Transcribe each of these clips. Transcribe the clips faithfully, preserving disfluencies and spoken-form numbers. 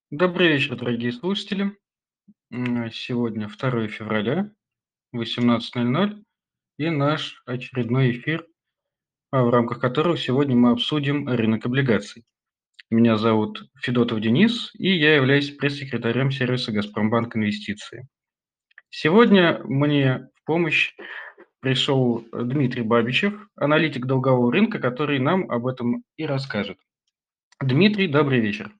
Добрый вечер, дорогие слушатели. М, Сегодня второе февраля, восемнадцать ноль ноль, и наш очередной эфир, а, в рамках которого сегодня мы обсудим рынок облигаций. Меня зовут Федотов Денис, и я являюсь пресс-секретарем сервиса «Газпромбанк Инвестиции». Сегодня мне в помощь пришел Дмитрий Бабичев, аналитик долгового рынка, который нам об этом и расскажет. Дмитрий, добрый вечер.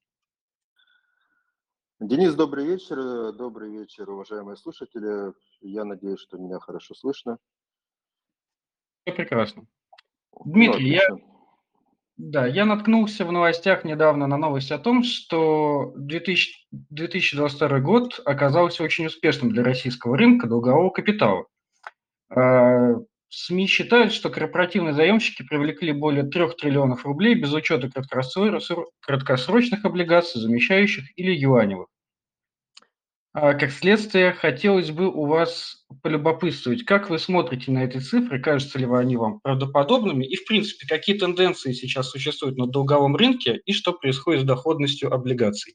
Денис, добрый вечер. э, Добрый вечер, уважаемые слушатели. Я надеюсь, что меня хорошо слышно. Все прекрасно. Ну, Дмитрий, я отлично. Да, я наткнулся в новостях недавно на новость о том, что две тысячи две тысячи двадцать второй год оказался очень успешным для российского рынка долгового капитала. А, СМИ считают, что корпоративные заемщики привлекли более трех триллионов рублей без учета краткосро- краткосрочных облигаций, замещающих или юаневых. А, Как следствие, хотелось бы у вас полюбопытствовать, как вы смотрите на эти цифры, кажутся ли они вам правдоподобными, и, в принципе, какие тенденции сейчас существуют на долговом рынке и что происходит с доходностью облигаций.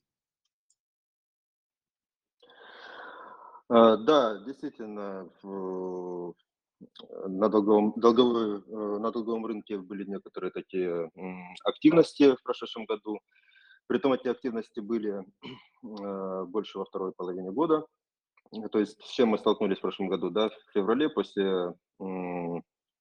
А, Да, действительно, в- на долговом, долговой, э, на долговом рынке были некоторые такие м, активности в прошедшем году. Притом эти активности были э, больше во второй половине года. То есть с чем мы столкнулись в прошлом году, да, в феврале после м,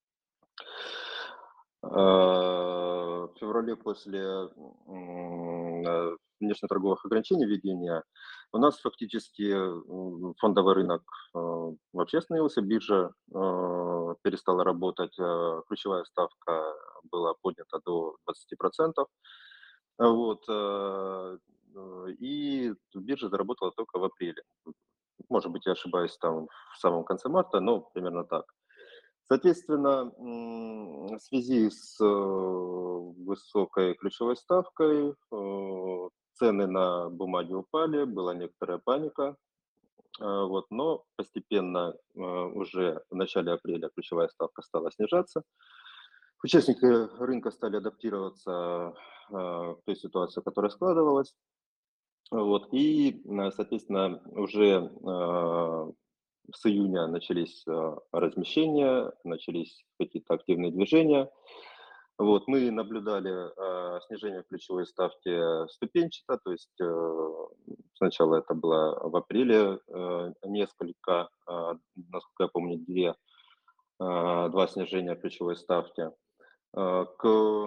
А, в феврале после м, э, внешнеторговых ограничений введения у нас фактически м, фондовый рынок э, вообще остановился, биржа э, перестала работать, э, ключевая ставка была поднята до двадцати процентов. А Вот, э, э, и биржа заработала только в апреле. Может быть, я ошибаюсь там в самом конце марта, но примерно так. Соответственно, м, в связи с э, высокой ключевой ставкой э, цены на бумаге упали, была некоторая паника, а, вот, но постепенно э, уже в начале апреля ключевая ставка стала снижаться. Участники рынка стали адаптироваться э, к той ситуации, которая складывалась. Вот, и, э, соответственно, уже э, с июня начались э, размещения, начались какие-то активные движения. Вот, мы наблюдали э, снижение ключевой ставки ступенчато, то есть э, сначала это было в апреле э, несколько, э, насколько я помню, две, э, два снижения ключевой ставки. Э, к,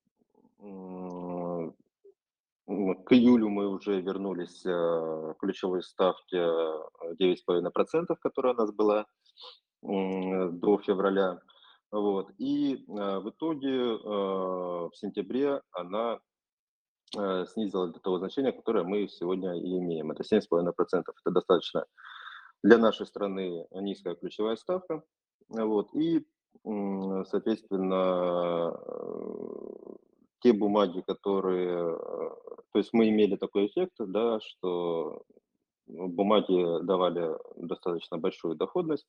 м, м, к июлю мы уже вернулись э, к ключевой ставке э, девять с половиной процентов, которая у нас была м, до февраля. Вот. И э, в итоге э, в сентябре она э, снизилась до того значения, которое мы сегодня и имеем. Это семь с половиной процентов. Это достаточно для нашей страны низкая ключевая ставка. Вот. И, м, соответственно, э, те бумаги, которые... э, То есть мы имели такой эффект, да, что ну, бумаги давали достаточно большую доходность.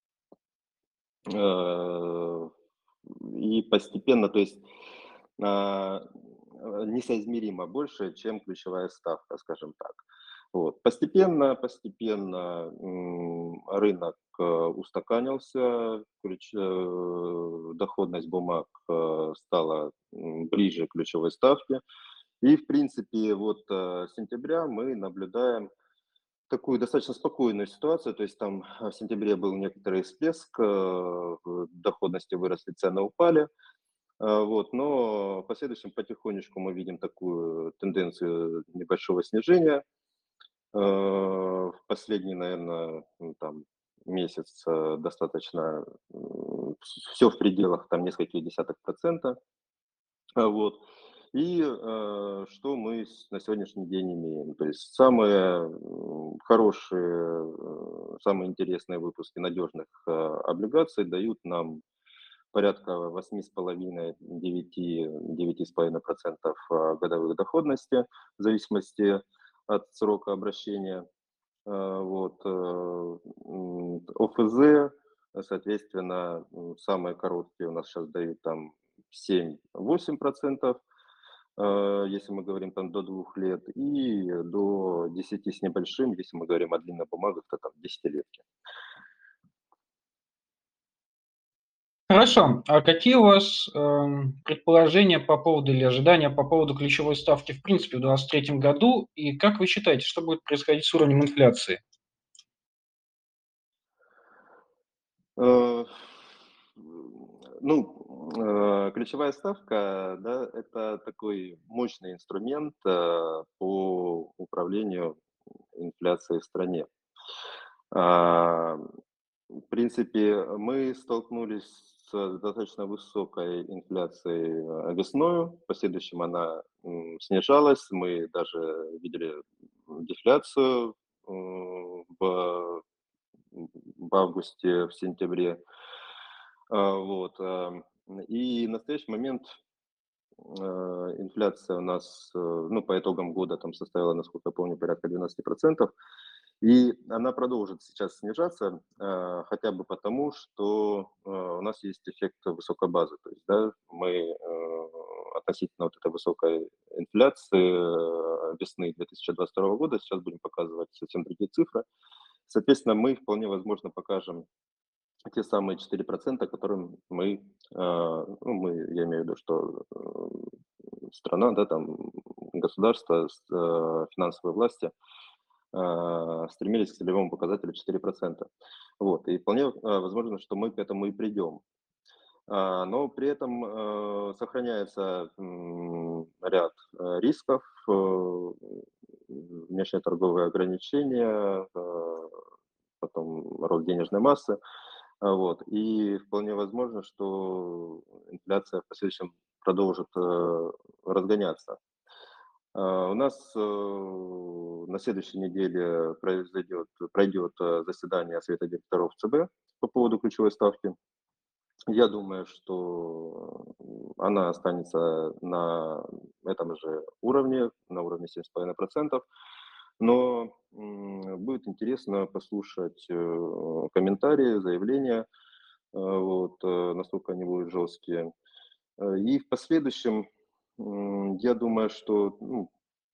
Э, и постепенно, то есть, а, э, несоизмеримо больше, чем ключевая ставка, скажем так. Вот. Постепенно, постепенно м, рынок э, устаканился, ключ- э, доходность бумаг э, стала м, ближе к ключевой ставке. И, в принципе, вот э, с сентября мы наблюдаем такую достаточно спокойную ситуацию, то есть там а, в сентябре был некоторый всплеск, э, в доходности выросли, цены упали, а, вот, но в последующем потихонечку мы видим такую тенденцию небольшого снижения. Э, В последний, наверное, там месяц э, достаточно все в пределах там нескольких десятых процента. А, вот. И, э, что мы с на сегодняшний день имеем? То есть самые, м, хорошие, э, самые интересные выпуски надежных, э, облигаций дают нам порядка восемь с половиной девяти девяти с половиной процентов э, годовых доходности в зависимости от срока обращения. Э, вот, э, м, ОФЗ, соответственно, м, самые короткие у нас сейчас дают там семь-восемь процентов. э, если мы говорим там до двух лет, и до десяти с небольшим, если мы говорим о длинных бумагах, то там десятилетки. Хорошо. А какие у вас эм, предположения по поводу или ожидания по поводу ключевой ставки в принципе в двадцать третьем году? И как вы считаете, что будет происходить с уровнем инфляции? Э, ну, э, ключевая ставка, да, это такой мощный инструмент э, по управлению инфляцией в стране. А, В принципе, мы столкнулись с достаточно высокой инфляцией э, весною. В последующем она м, снижалась. Мы даже видели м, дефляцию э, в, в августе, в сентябре. А, Вот. ам, И в настоящий момент э, инфляция у нас, э, ну, по итогам года там составила, насколько я помню, порядка двенадцать процентов. И она продолжит сейчас снижаться, э, хотя бы потому, что э, у нас есть эффект высокой базы. То есть, да, мы э, относительно вот этой высокой инфляции э, весны две тысячи двадцать второго года сейчас будем показывать совсем другие цифры. Соответственно, мы вполне возможно покажем те самые четыре процента, которым мы, э, ну, мы, я имею в виду, что э, страна, да, там, государство, с- э, финансовые власти э, стремились к целевому показателю четыре процента. Вот, и вполне э, возможно, что мы к этому и придем. А, Но при этом э, сохраняется м, ряд э, рисков, э, внешнеторговые ограничения, э, потом рост денежной массы. А, вот. И вполне возможно, что инфляция в последующем продолжит э, разгоняться. А, У нас э, на следующей неделе произойдет, пройдет э, заседание Совета директоров ЦБ по поводу ключевой ставки. Я думаю, что э, она останется на этом же уровне, на уровне семь с половиной процентов. Но м, будет интересно послушать э, комментарии, заявления, э, вот, э, насколько они будут жесткие. Э, И в последующем, м, я думаю, что ну,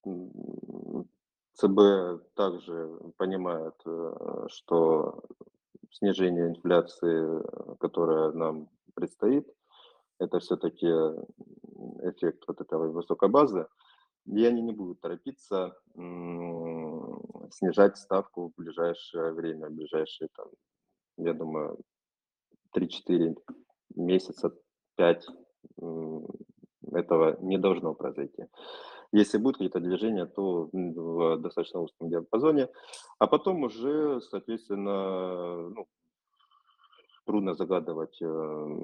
м, ЦБ также понимает, э, что снижение инфляции, э, которая нам предстоит, это все-таки эффект вот этой высокой базы, и они не будут торопиться м, снижать ставку в ближайшее время, в ближайшие, там, я думаю, три-четыре месяца, пять м, этого не должно произойти. Если будут какие-то движения, то м, в достаточно узком диапазоне, а потом уже, соответственно, ну, трудно загадывать э,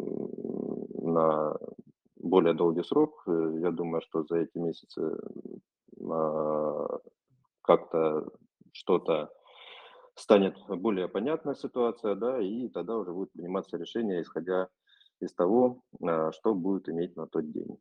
на более долгий срок. Э, Я думаю, что за эти месяцы а, как-то что-то станет более понятная ситуация, да, и тогда уже будет приниматься решение, исходя из того, а, что будет иметь на тот день.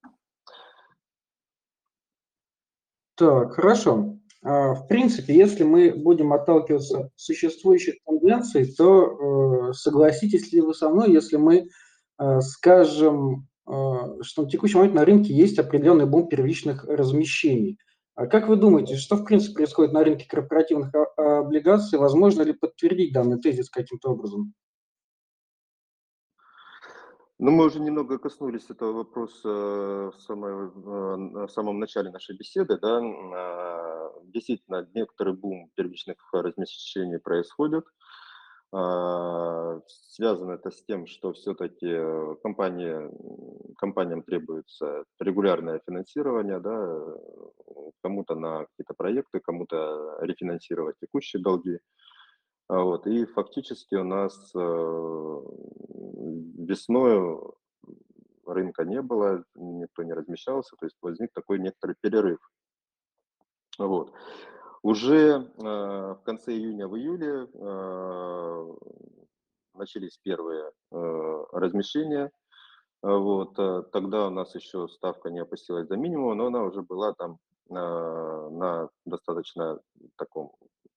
Так, хорошо. А, В принципе, если мы будем отталкиваться от существующих тенденций, то э, согласитесь ли вы со мной, если мы э, скажем, э, что на текущий момент на рынке есть определенный бум первичных размещений? А как вы думаете, что в принципе происходит на рынке корпоративных о- облигаций? Возможно ли подтвердить данный тезис каким-то образом? Ну, мы уже немного коснулись этого вопроса в, самой, э, на- в самом начале нашей беседы, да. М, а, Действительно, некоторый бум первичных размещений происходит. А, Связано это с тем, что все-таки компании, м, компаниям требуется регулярное финансирование, да, э, кому-то на какие-то проекты, кому-то рефинансировать текущие долги. А, Вот. И фактически у нас э, весною рынка не было, никто не размещался, то есть возник такой некоторый перерыв. Вот. Уже э, в конце июня, в июле э, начались первые э, размещения. А, Вот. э, Тогда у нас еще ставка не опустилась до минимума, но она уже была там э, на достаточно таком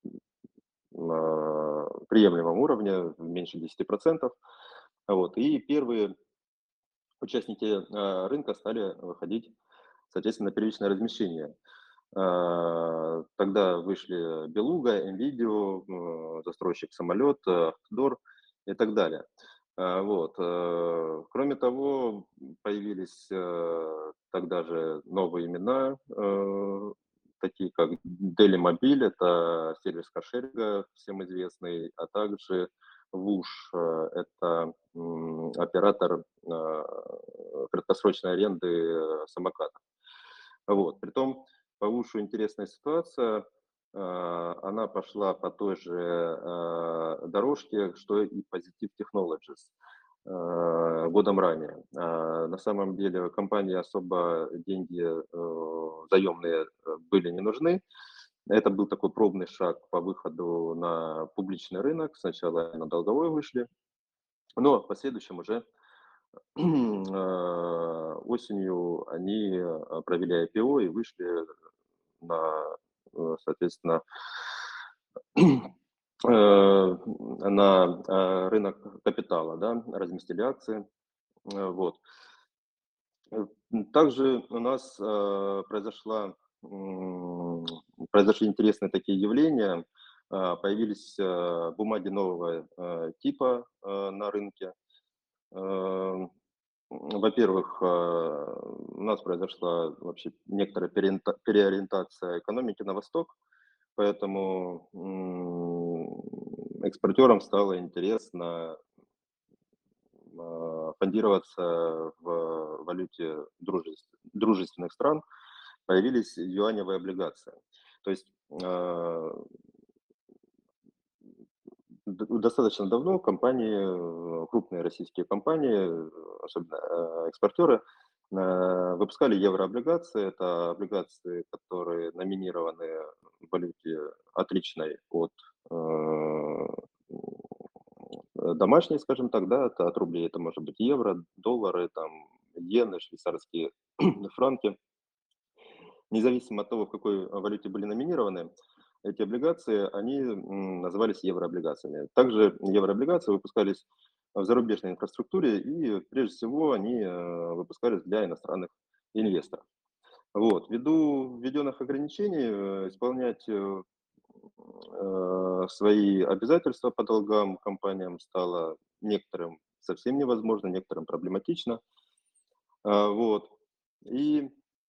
а, приемлемом уровне, меньше десяти процентов. Вот. И первые участники а, рынка стали выходить соответственно, первичное размещение. А, Тогда вышли Белуга, NVIDIA, э, застройщик самолет, Автодор и так далее. А, Вот. э, Кроме того, появились э, тогда же новые имена, э, такие как Daily Mobile, это сервис каршеринга, всем известный, а также Вуш, э, это м, оператор э, краткосрочной аренды э, самокатов. Вот. Притом по Вушу интересная ситуация. а, Она пошла по той же э, дорожке, что и Positive Technologies э, годом ранее. А, На самом деле компании особо деньги э, заемные э, были не нужны. Это был такой пробный шаг по выходу на публичный рынок. Сначала на долговой вышли, но в последующем уже э, осенью они э, провели ай пи о и вышли на, э, соответственно, э, на э, рынок капитала, да, разместили акции. Э, Вот. Э, Также у нас э, произошла, м, произошли интересные такие явления. А, Появились э, бумаги нового э, типа э, на рынке. Э, Во-первых, э, у нас произошла вообще некоторая переориента- переориентация экономики на восток, поэтому м, экспортерам стало интересно а, фондироваться в валюте дружеств- дружественных стран, появились юаневые облигации. То есть а, д- достаточно давно компании, э, крупные российские компании, э, особенно э, экспортеры, э, выпускали еврооблигации. Это облигации, которые номинированы в валюте отличной от э, э, домашней, скажем так, да, это от рублей, это может быть евро, доллары, там, иены, швейцарские франки. Независимо от того, в какой валюте были номинированы, эти облигации, они м, назывались еврооблигациями. Также еврооблигации выпускались в зарубежной инфраструктуре, и прежде всего они э, выпускались для иностранных инвесторов. Вот. Ввиду введенных ограничений э, исполнять э, э, свои обязательства по долгам компаниям стало некоторым совсем невозможно, некоторым проблематично. А, Вот. И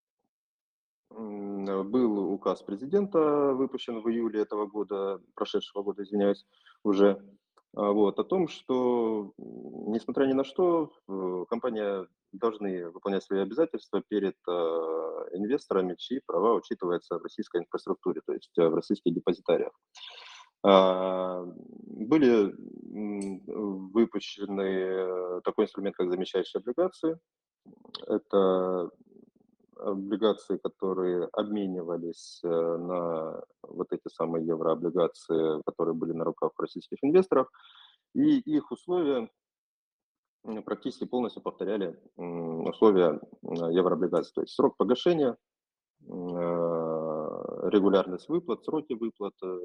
М, э, был указ президента, выпущен в июле этого года, прошедшего года, извиняюсь, уже, а, вот, о том, что, м, несмотря ни на что, э, компания должны выполнять свои обязательства перед э, инвесторами, чьи права учитываются в российской инфраструктуре, то есть э, в российских депозитариях. А, Были м, выпущены э, такой инструмент, как замещающие облигации. Это облигации, которые обменивались э, на вот эти самые еврооблигации, которые были на руках у российских инвесторов, и их условия м, практически полностью повторяли м, условия м, еврооблигаций. То есть срок погашения, м, э, регулярность выплат, сроки выплат э,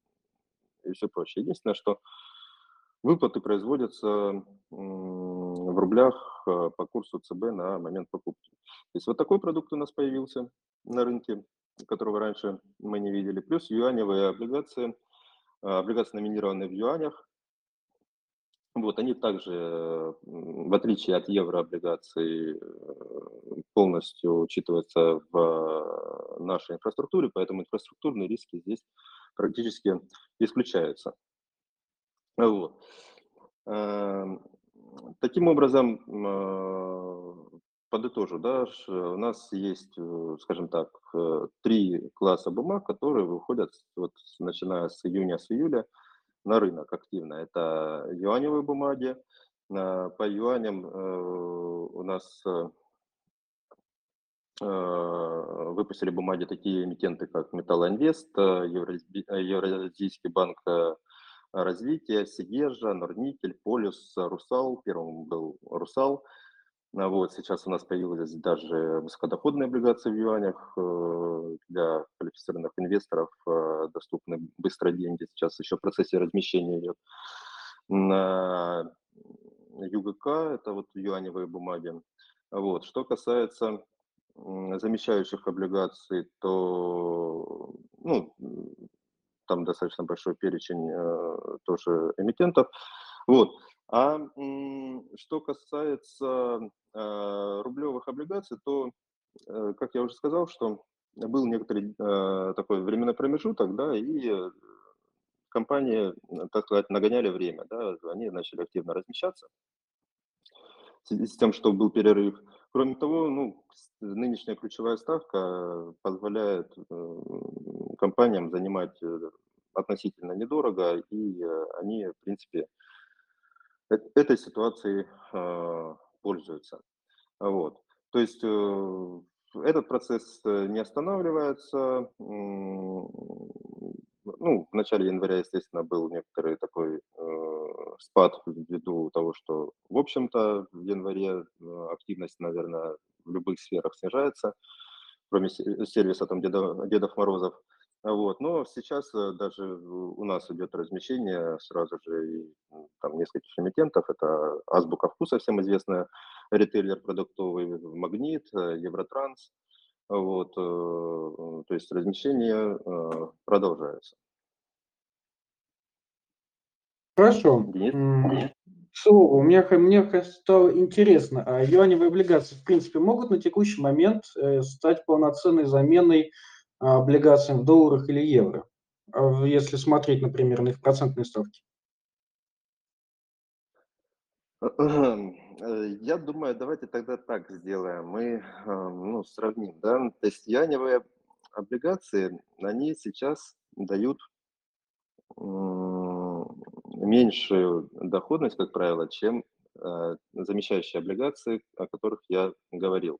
и все прочее. Единственное, что выплаты производятся м, в рублях э, по курсу цэ бэ на момент покупки. То есть вот такой продукт у нас появился на рынке, которого раньше мы не видели. Плюс юаневые облигации, а, облигации, номинированные в юанях. Вот, они также, э, м, в отличие от еврооблигаций, э, полностью учитываются в э, нашей инфраструктуре, поэтому инфраструктурные риски здесь практически исключаются. Вот. Эм, Таким образом, а, подытожу, да, ш у нас есть, э, скажем так, э, три класса бумаг, которые выходят с вот с начиная с июня, с июля на рынок активно. Это юаневые бумаги. А, по юаням, э, у нас, э, э, выпустили бумаги такие эмитенты, как Металлоинвест, э, Евразби э, Евразийский банк, э, развития, Сигежа, Норникель, Полюс, Русал. Первым был Русал. А вот сейчас у нас появились даже высокодоходные облигации в юанях э, для квалифицированных инвесторов, э, доступны быстро деньги. Сейчас еще в процессе размещения идет. На ю гэ ка, это вот юаневые бумаги. Вот. Что касается м, замещающих облигаций, то, ну, м, там достаточно большой перечень э, тоже эмитентов. Вот. А м, что касается э, рублевых облигаций, то, э, как я уже сказал, что был некоторый э, такой временной промежуток, да, и э, компании, э, так сказать, нагоняли время, да, они начали активно размещаться в связи с тем, что был перерыв. Кроме того, ну, с- нынешняя ключевая ставка позволяет э, компаниям занимать э, относительно недорого, и э, они, в принципе, э- этой ситуацией э, пользуются. Вот. То есть э, этот процесс э, не останавливается. М, Ну, в начале января, естественно, был некоторый такой э, спад ввиду того, что, в общем-то, в январе э, активность, наверное, в любых сферах снижается, кроме се- сервиса там Деда- Дедов Морозов. А Вот. Но сейчас э, даже у нас идет размещение сразу же и м, там нескольких эмитентов. Это Азбука Вкуса, всем известная, ритейлер продуктовый, Магнит, э, Евротранс. Вот, э, э, то есть размещение э, продолжается. Хорошо. Денис? М, К слову, у меня х мне х стало интересно, а юаневые облигации, в принципе, могут на текущий момент, э, стать полноценной заменой, а, облигациям в долларах или евро? А, в если смотреть, например, на их процентные ставки. Э, Я думаю, давайте тогда так сделаем. Мы э, ну, сравним, да. То есть юаневые облигации, они сейчас дают м, меньшую доходность, как правило, чем э, замещающие облигации, о которых я говорил.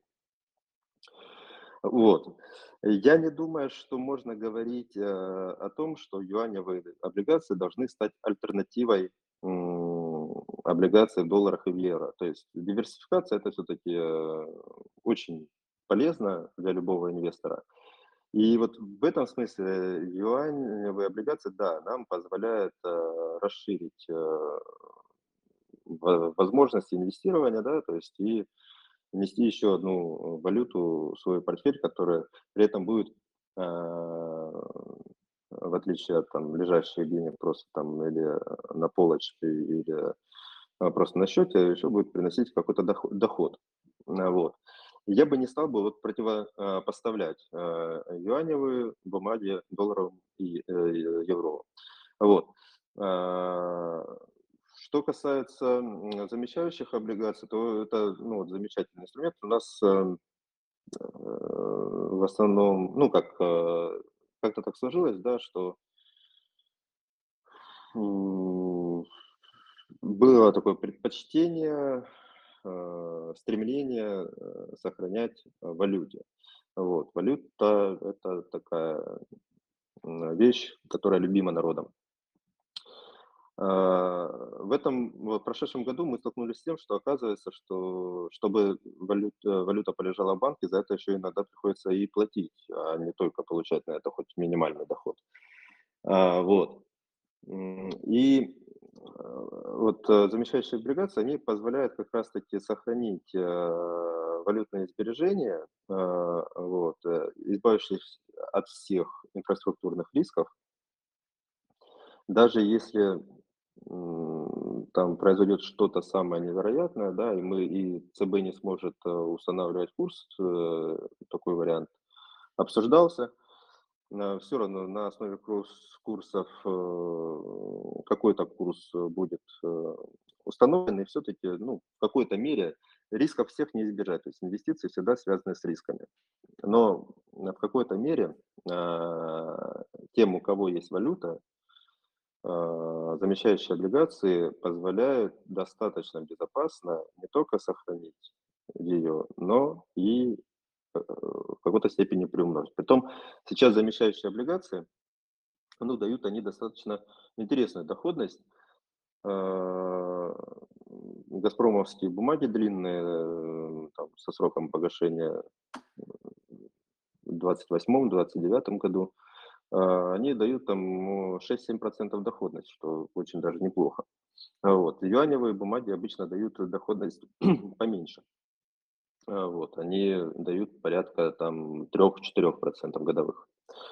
Вот. Я не думаю, что можно говорить э, о том, что юаневые облигации должны стать альтернативой м, облигаций в долларах и в евро. То есть диверсификация это все-таки очень полезно для любого инвестора. И вот в этом смысле юаневые облигации, да, нам позволяют э, расширить э, во- возможности инвестирования, да, то есть и внести еще одну валюту в свой портфель, которая при этом будет, а, в отличие от там лежащих денег просто там или на полочке, или а, просто на счете, еще будет приносить какой-то доход. доход. А, Вот. Я бы не стал бы вот противопоставлять а, юаневые бумаги долларам и э, евро. Вот. А, Что касается м, замещающих облигаций, то это ну, вот замечательный инструмент. У нас э, э, в основном, ну как, э, как-то так сложилось, да, что м, было такое предпочтение, э, стремление э, сохранять в валюте. Вот. Валюта– это такая м, вещь, которая любима народом. А, В этом вот прошедшем году мы столкнулись с тем, что оказывается, что чтобы валюта, валюта полежала в банке, за это еще иногда приходится и платить, а не только получать на это хоть минимальный доход. А, Вот. М, И э, вот э, замещающие облигации, они позволяют как раз-таки сохранить э, валютные сбережения, э, вот, э, избавившись от всех инфраструктурных рисков, даже если, м, там произойдет что-то самое невероятное, да, и мы и ЦБ не сможет, э, устанавливать курс, э, такой вариант обсуждался. Все равно на основе курс курсов, э, какой-то курс э, будет, э, установлен, и все таки ну, в какой-то мере рисков всех не избежать. То есть инвестиции всегда связаны с рисками. Но, в какой-то мере, а, тем, у кого есть валюта, а, замещающие облигации позволяют достаточно безопасно не только сохранить ее, но и э, в какой-то степени приумножить. Притом сейчас замещающие облигации, ну, дают они достаточно интересную доходность. А, Газпромовские бумаги длинные, э, там, со сроком погашения в двадцать восьмом двадцать девятом году, а, они дают там шесть-семь процентов доходность, что очень даже неплохо. А Вот. Юаневые бумаги обычно дают доходность поменьше. А, вот, они дают порядка там трёх-четырёх процентов годовых.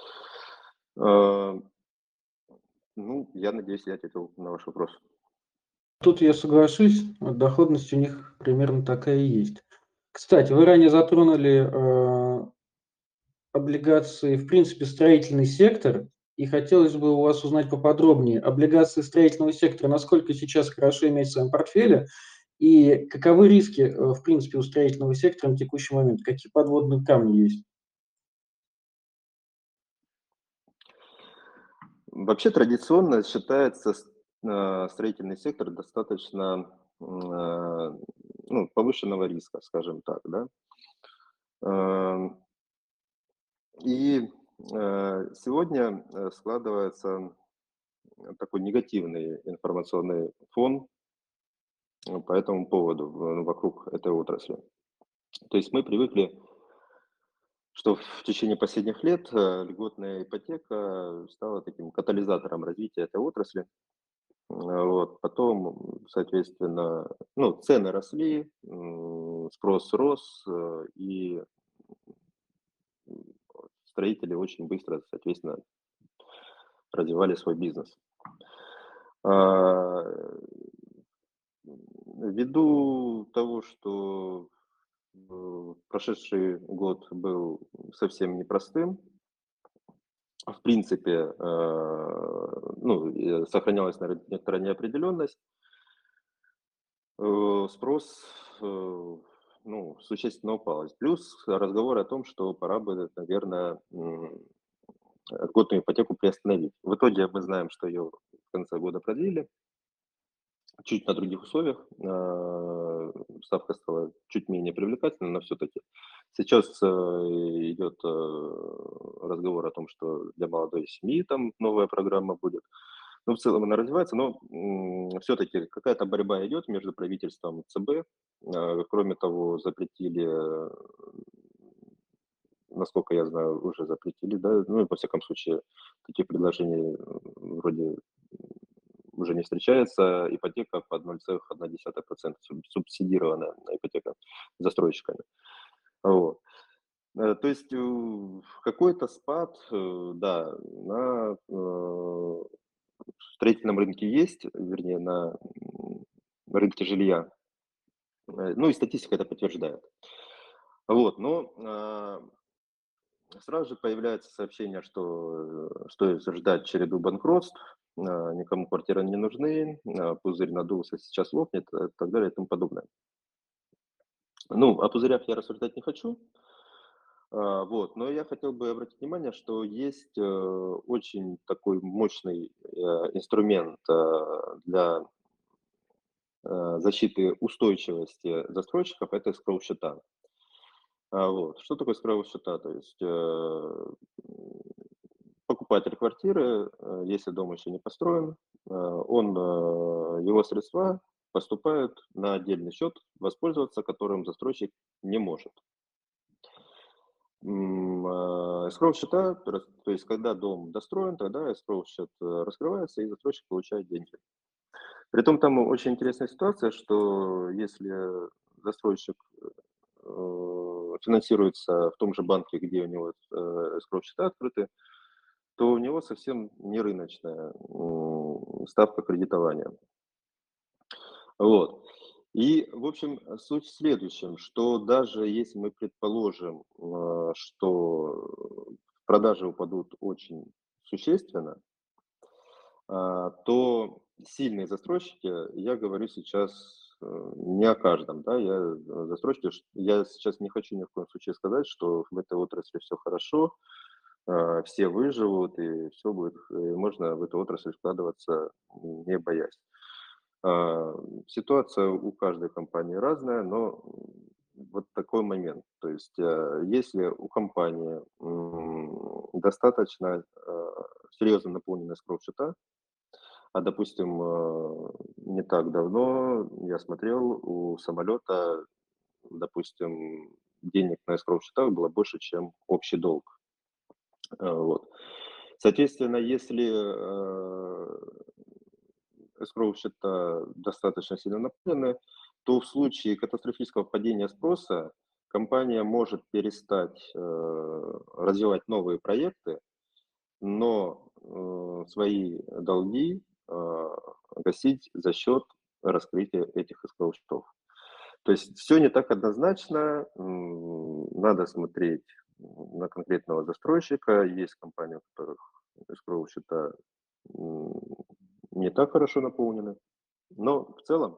А, ну, я надеюсь, я ответил на ваш вопрос. Тут я соглашусь, э, доходность у них примерно такая и есть. Кстати, вы ранее затронули, э, облигации, в принципе, строительный сектор, и хотелось бы у вас узнать поподробнее. Облигации строительного сектора насколько сейчас хорошо иметь в своем портфеле, и каковы риски, э, в принципе, у строительного сектора на текущий момент? Какие подводные камни есть? Вообще традиционно считается с а, строительный сектор достаточно, м, а, ну, повышенного риска, скажем так, да. Ам, и, э, сегодня, э, складывается, э, такой негативный информационный фон, э, по этому поводу, в вокруг этой отрасли. То есть мы привыкли, что в течение последних лет, э, льготная ипотека стала таким катализатором развития этой отрасли. М, вот. Потом, м, соответственно, ну, цены росли, м, спрос рос, э, и м, строители очень быстро, соответственно, развивали свой бизнес. А, ввиду того, что э, прошедший год был совсем непростым, в принципе, э, ну, и сохранялась, наверно, некоторая неопределенность. Э, спрос, э, ну, существенно упал. Плюс разговор о том, что пора бы, наверное, льготную ипотеку приостановить. В итоге мы знаем, что ее в конце года продлили, чуть на других условиях. А, ставка стала чуть менее привлекательной, но все-таки. Сейчас э, идет э, разговор о том, что для молодой семьи там новая программа будет. Ну, в целом она развивается, но все-таки какая-то борьба идет между правительством и ЦБ. А, Кроме того, запретили, э, насколько я знаю, уже запретили, да, ну, и во всяком случае, таких предложений э, вроде уже не встречается. Ипотека под ноль целых одна десятая процента суб- субсидированная ипотека застройщиками. Вот. Э, То есть э, какой-то спад, э, да, на э, строительном рынке есть, вернее, на м, рынке жилья. Э, Ну и статистика это подтверждает. Вот, но а, сразу же появляется сообщение, что э, стоит ждать череду банкротств, а, никому квартиры не нужны, а, пузырь надулся, сейчас лопнет, и так далее и тому подобное. Ну, о пузырях я рассуждать не хочу, а, вот, но я хотел бы обратить внимание, что есть э, очень такой мощный э, инструмент э, для э, защиты устойчивости застройщиков, это escrow счета. А, вот. Что такое escrow счета? То есть э, покупатель квартиры, э, если дом еще не построен, э, он, э, его средства поступают на отдельный счет, воспользоваться которым застройщик не может. М, а, Escrow счета, то рас- то есть когда дом достроен, тогда escrow счет э, раскрывается и застройщик получает деньги. Притом там очень интересная ситуация, что если застройщик э, финансируется в том же банке, где у него э, escrow счета открыты, то у него совсем не рыночная м, ставка кредитования. Вот. И, в общем, суть в следующем, что даже если мы предположим, э, что продажи упадут очень существенно, а, то сильные застройщики, я говорю сейчас э, не о каждом, да, я э, застройщики, ш- я сейчас не хочу ни в коем случае сказать, что в этой отрасли все хорошо, а, все выживут и все будет, и можно в эту отрасль вкладываться, м, не боясь. А, Ситуация у каждой компании разная, но м, вот такой момент. То есть, э, если у компании м, достаточно э, серьезно наполнены счета, а, допустим, э, не так давно я смотрел, у самолета, допустим, денег на escrow счетах было больше, чем общий долг. Э, Вот. Соответственно, если э, escrow счета достаточно сильно наполнены, то в случае катастрофического падения спроса компания может перестать э, развивать новые проекты, но э, свои долги э, гасить за счет раскрытия этих escrow счетов. То есть все не так однозначно, м, надо смотреть на конкретного застройщика. Есть компании, у которых escrow счета м, не так хорошо наполнены, но в целом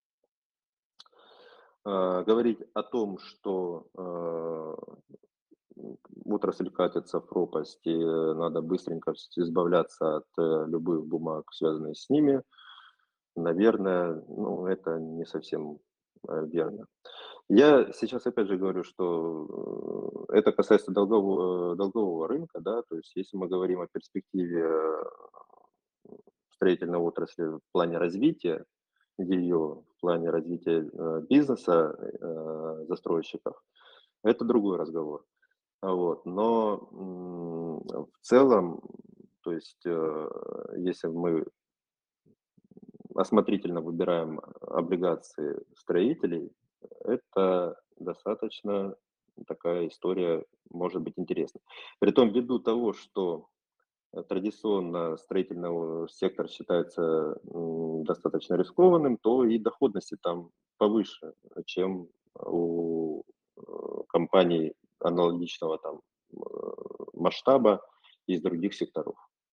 э, говорить о том, что э, отрасль катится в пропасть, и надо быстренько вс- избавляться от э, любых бумаг, связанных с ними, наверное, ну, это не совсем э, верно. Я сейчас опять же говорю, что э, это касается долгового, э, долгового рынка, да, то есть если мы говорим о перспективе э, строительной отрасли в плане развития ее, в плане развития э, бизнеса э, застройщиков, это другой разговор. А Вот. Но м, в целом, то есть э, если мы осмотрительно выбираем облигации строителей, это достаточно такая история может быть интересной. Притом ввиду того, что э, традиционно строительный сектор считается м, достаточно рискованным, то и доходности там повыше, чем у э, компаний аналогичного там э, масштаба из других секторов.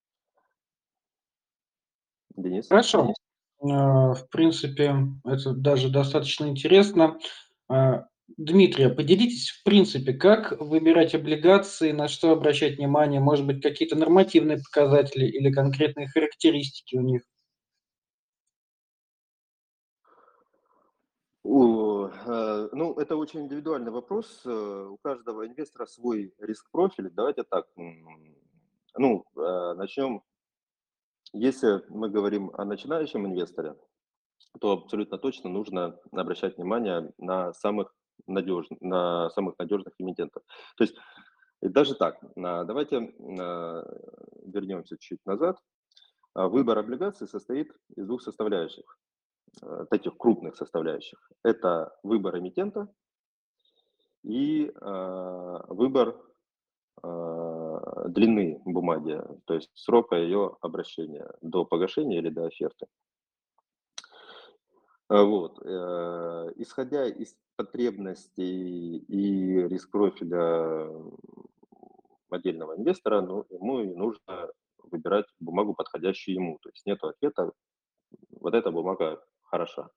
Денис? Хорошо. А, В принципе, это даже достаточно интересно. А, Дмитрий, а поделитесь, в принципе, как выбирать облигации, на что обращать внимание, может быть, какие-то нормативные показатели или конкретные характеристики у них? О, э, ну, это очень индивидуальный вопрос. Э, У каждого инвестора свой риск-профиль. Давайте так, м, ну, э, начнем. Если мы говорим о начинающем инвесторе, то абсолютно точно нужно обращать внимание на самых надежных, на самых надежных эмитентов. То есть и даже так, на- давайте э, вернемся чуть назад. А Выбор облигаций состоит из двух составляющих, э, таких крупных составляющих. Это выбор эмитента и э, выбор э, длины бумаги, то есть срока ее обращения до погашения или до оферты. А, Вот. э, Исходя из потребностей и риск-профиля отдельного инвестора, ну, ему и нужно выбирать бумагу, подходящую ему. То есть нет ответа, вот эта бумага хороша.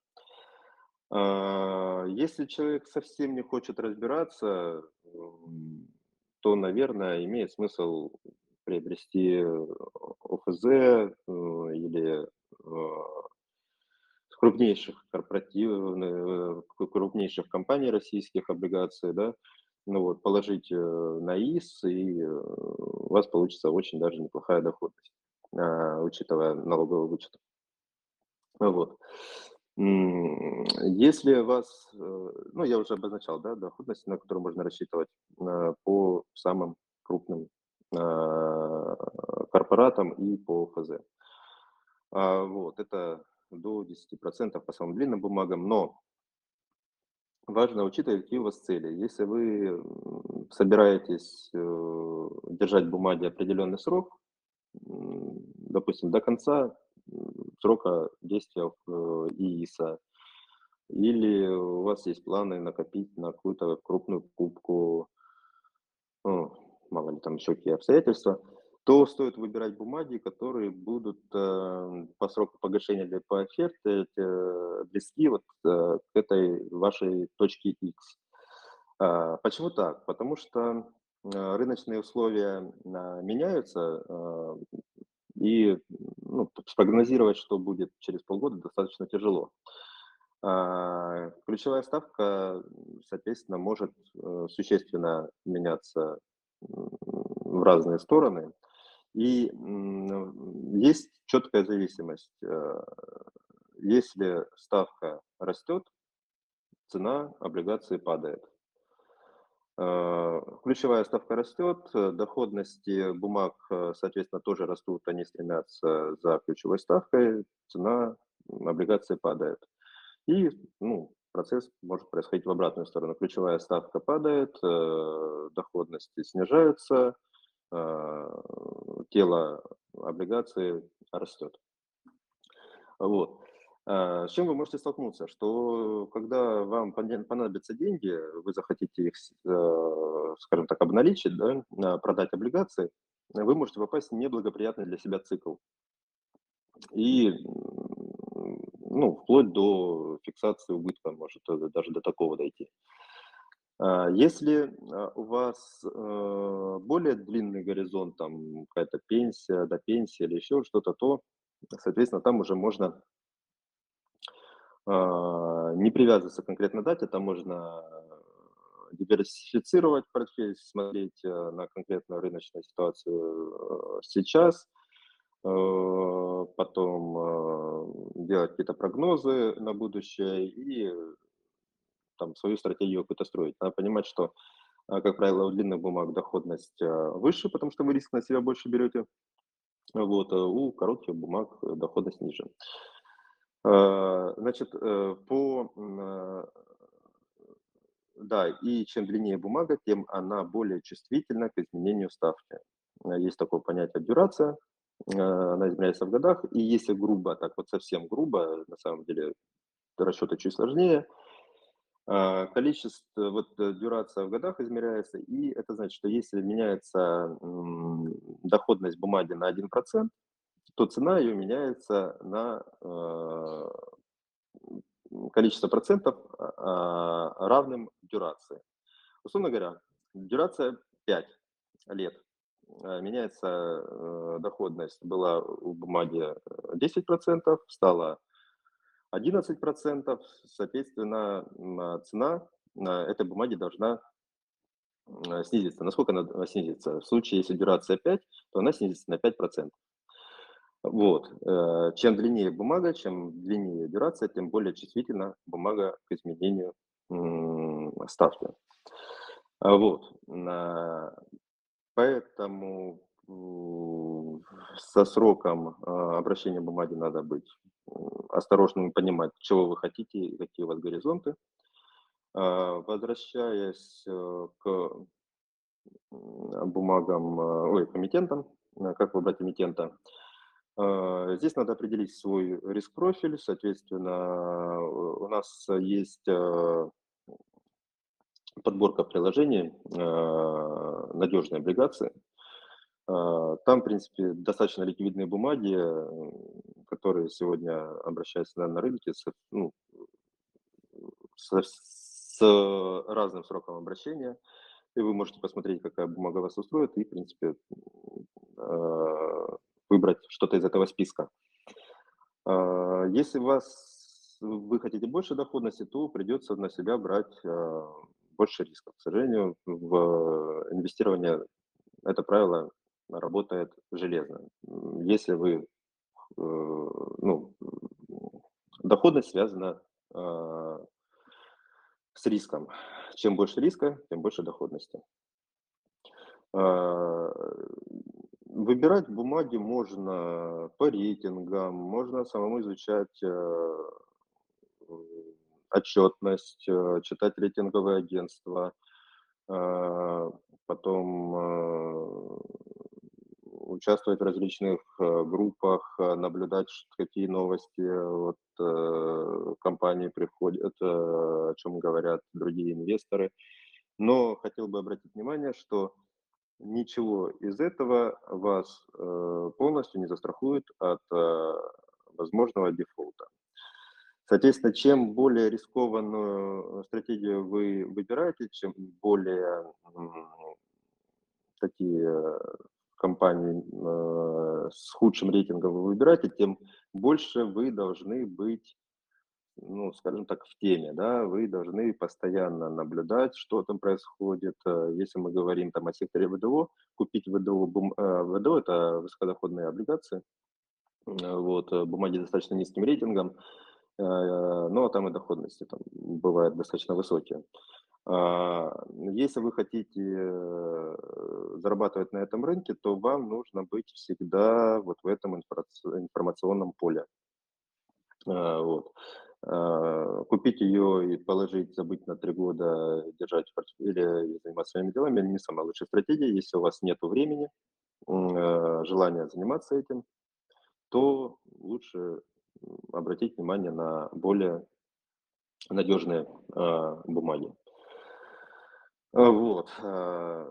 А, Если человек совсем не хочет разбираться, м, то, наверное, имеет смысл приобрести э, ОФЗ э, или э, с крупнейших корпоративных, э, крупнейших компаний российских облигаций, да, ну вот, положить э, на ИС, и э, у вас получится очень даже неплохая доходность, а, учитывая налоговый вычет. Вот. М, Если вас, э, ну, я уже обозначал, да, доходность, на которую можно рассчитывать э, по самым крупным а, корпоратам и по ФЗ. А, Вот, это до десяти процентов по самым длинным бумагам, но важно учитывать, какие у вас цели. Если вы м, собираетесь э, держать бумаги определенный срок, м, допустим, до конца м, срока действия э, ИИСа, или у вас есть планы накопить на какую-то крупную покупку, ну, мало ли там еще какие обстоятельства, то стоит выбирать бумаги, которые будут э, по сроку погашения или по оферте э, близки вот э, к этой вашей точке X. А, Почему так? Потому что э, рыночные условия а, меняются, а, и ну, спрогнозировать, что будет через полгода, достаточно тяжело. А, Ключевая ставка, соответственно, может э, существенно меняться м, в разные стороны. И м, есть четкая зависимость. Э, Если ставка растет, цена облигации падает. Э, Ключевая ставка растет, э, доходности бумаг, э, соответственно, тоже растут, они стремятся за ключевой ставкой, цена м, облигации падает. И, ну, процесс может происходить в обратную сторону. Ключевая ставка падает, э, доходности снижаются, э, тело облигации растет. Вот. А, С чем вы можете столкнуться? Что когда вам поне- понадобятся деньги, вы захотите их, с- э, скажем так, обналичить, да, а, продать облигации, вы можете попасть в неблагоприятный для себя цикл. И, м, ну, вплоть до фиксации убытка, может э, даже до такого дойти. А, Если а, у вас э, более длинный горизонт, там какая-то пенсия, до пенсии или еще что-то, то, соответственно, там уже можно а, не привязываться к конкретной дате, там можно диверсифицировать портфель, смотреть э, на конкретную рыночную ситуацию э, сейчас, э, потом э, делать какие-то прогнозы на будущее и там свою стратегию какую-то строить. Надо понимать, что, а, как правило, у длинных бумаг доходность а, выше, потому что вы риск на себя больше берете, вот, а у коротких бумаг э, доходность ниже. А, Значит, э, по, м, а, да, и чем длиннее бумага, тем она более чувствительна к изменению ставки. А, Есть такое понятие дюрация, а, она измеряется в годах, и если грубо, так вот совсем грубо, на самом деле расчеты чуть сложнее, а, количество, вот э, дюрация в годах измеряется, и это значит, что если меняется м, доходность бумаги на один процент, то цена ее меняется на э, м, количество процентов, а, а, равным дюрации. Условно говоря, дюрация пять лет. Э, Меняется э, доходность, была у бумаги э, десять процентов, стала одиннадцать процентов, соответственно, м, а, цена на этой бумаге должна м, снизиться. Насколько она д- снизится? В случае, если дюрация пять, то она снизится на пять процентов. Вот. э, Чем длиннее бумага, чем длиннее дюрация, тем более чувствительна бумага к изменению м, ставки. А Вот. На- Поэтому м, со сроком а, обращения бумаги надо быть м, осторожным и понимать, чего вы хотите и какие у вас горизонты. А, Возвращаясь э, к м, бумагам, э, ой, к эмитентам, э, как выбрать эмитента. А, Здесь надо определить свой риск-профиль, соответственно, у нас есть э, подборка приложений «Надежные облигации». А, Там, в принципе, достаточно ликвидные бумаги, м, которые сегодня обращаются на, на рынке с, ну, со- с разным сроком обращения. И вы можете посмотреть, какая бумага вас устроит, и, в принципе, э, выбрать что-то из этого списка. А, Если вас, вы хотите больше доходности, то придется на себя брать э, больше риска. К сожалению, в инвестировании это правило работает железно. М, Если вы, э, ну, доходность связана э, с риском. Чем больше риска, тем больше доходности. А, Выбирать бумаги можно по рейтингам, можно самому изучать э, м, отчетность, э, читать рейтинговые агентства, а, потом э, участвовать в различных э, группах, э, наблюдать, ш- какие новости от э, компании приходят, э, о чем говорят другие инвесторы. Но хотел бы обратить внимание, что ничего из этого вас э, полностью не застрахует от э, возможного дефолта. Соответственно, чем более рискованную стратегию вы выбираете, чем более м, такие э, компании э, с худшим рейтингом вы выбираете, тем больше вы должны быть, ну, скажем так, в теме, да, вы должны постоянно наблюдать, что там происходит. Э, Если мы говорим там о секторе ВДО, купить ВДО, бум- э, ВДО – это высокодоходные облигации, э, вот, э, бумаги с достаточно низким рейтингом, э, но там и доходности там бывают достаточно высокие. А, Если вы хотите э, зарабатывать на этом рынке, то вам нужно быть всегда вот в этом информац- информационном поле. А, Вот. Э, Купить ее и положить, забыть на три года, держать в портфеле и заниматься своими делами не самая лучшая стратегия. Если у вас нет времени, м, э, желания заниматься этим, то лучше м, обратить внимание на более надежные а, бумаги. А, Вот. а,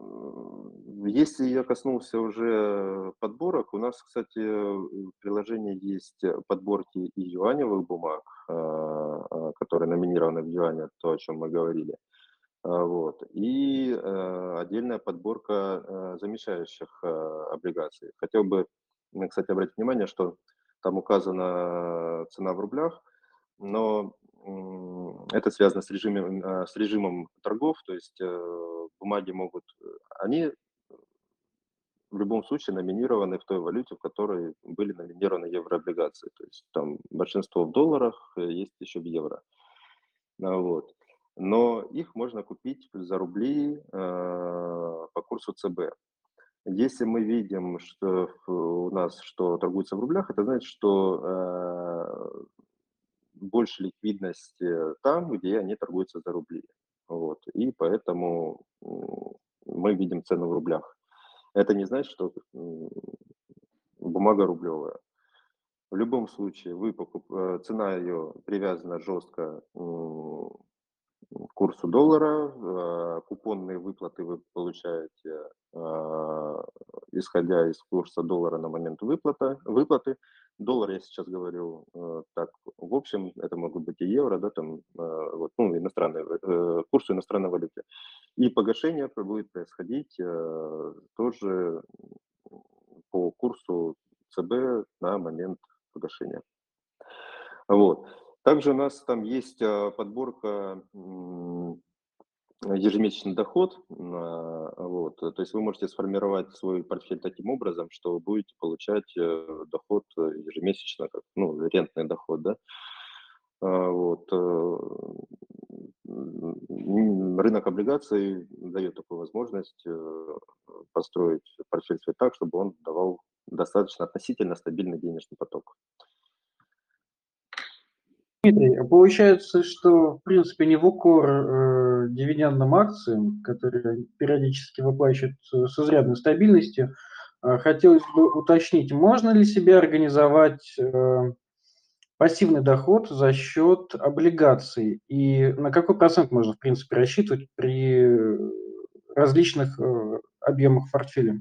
Если я коснулся уже подборок, у нас, кстати, в приложении есть подборки и юаневых бумаг, а, а, которые номинированы в юане, то, о чем мы говорили. А, Вот. И э, отдельная подборка э, замещающих э, облигаций. Хотел бы, м, кстати, обратить внимание, что там указана цена в рублях, но м, это связано с режимом, э, с режимом торгов, то есть э, бумаги могут, э, они в любом случае номинированы в той валюте, в которой были номинированы еврооблигации. То есть там большинство в долларах, э, есть еще в евро. А, вот. Но их можно купить за рубли, э, по курсу ЦБ. Если мы видим, что ф у нас что торгуется в рублях, это значит, что, э, больше ликвидности там, где они торгуются за рубли. Вот. И поэтому, м, мы видим цену в рублях. Это не значит, что, м, бумага рублевая. В любом случае вы покуп э, цена ее привязана жестко, м, к курсу доллара, э, купонные выплаты вы получаете, а, исходя из курса доллара на момент выплата, выплаты. Доллар, я сейчас говорю, э, так, в общем, это могут быть и евро, да, там, э, вот, ну, иностранные, э, курсы иностранной валюты. И погашение п- будет происходить э, тоже по курсу ЦБ на момент погашения. Вот. Также у нас там есть а, подборка м, ежемесячный доход. а, Вот. То есть вы можете сформировать свой портфель таким образом, что вы будете получать э, доход э, ежемесячно, как, ну, рентный доход, да. А, Вот. э, м, Рынок облигаций дает такую возможность э, построить портфель свой так, чтобы он давал достаточно относительно стабильный денежный поток. Дмитрий, а получается, что, в принципе, не в укор э, дивидендным акциям, которые периодически выплачивают с изрядной стабильностью, а хотелось бы уточнить, можно ли себе организовать э, пассивный доход за счет облигаций? И на какой процент можно, в принципе, рассчитывать при различных э, объемах портфеля?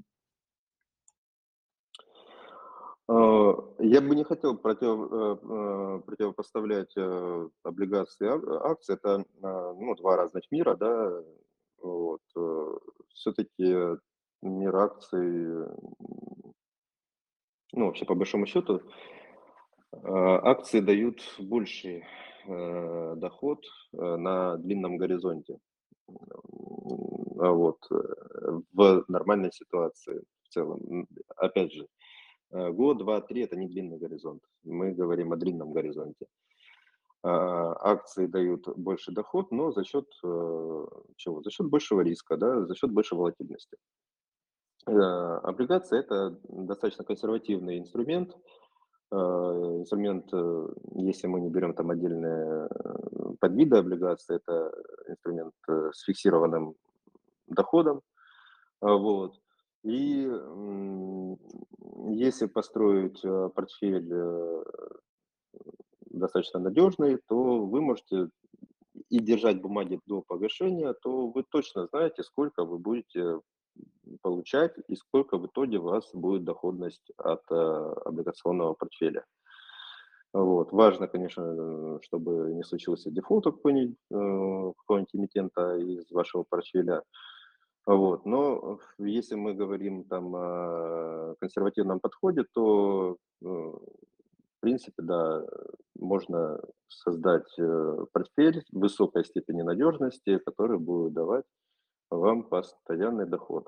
Э, я бы не хотел против, э, э, противопоставлять э, облигации и ак- акции. Это э, ну, два разных мира, да. Вот. Все-таки мир акций, м, ну, вообще, по большому счету, э, акции дают больший э, доход э, на длинном горизонте. М, а вот, э, в нормальной ситуации в целом. М, Опять же, Э, год, два, три — это не длинный горизонт. Мы говорим о длинном горизонте. А, Акции дают больше доход, но за счет э, чего? За счет большего риска, да, за счет большей волатильности. Э, Облигации — это достаточно консервативный инструмент. Э, Инструмент, э, если мы не берем там отдельные э, подвиды облигаций, это инструмент э, с фиксированным доходом. А, Вот. И м, если построить э, портфель э, достаточно надежный, то вы можете и держать бумаги до погашения, то вы точно знаете, сколько вы будете получать и сколько в итоге у вас будет доходность от э, облигационного портфеля. Вот. Важно, конечно, э, чтобы не случился дефолт у какого-нибудь, э, какого-нибудь эмитента из вашего портфеля. Вот. Но э, если мы говорим там о консервативном подходе, то э, в принципе, да, можно создать э, портфель высокой степени надежности, который будет давать вам постоянный доход.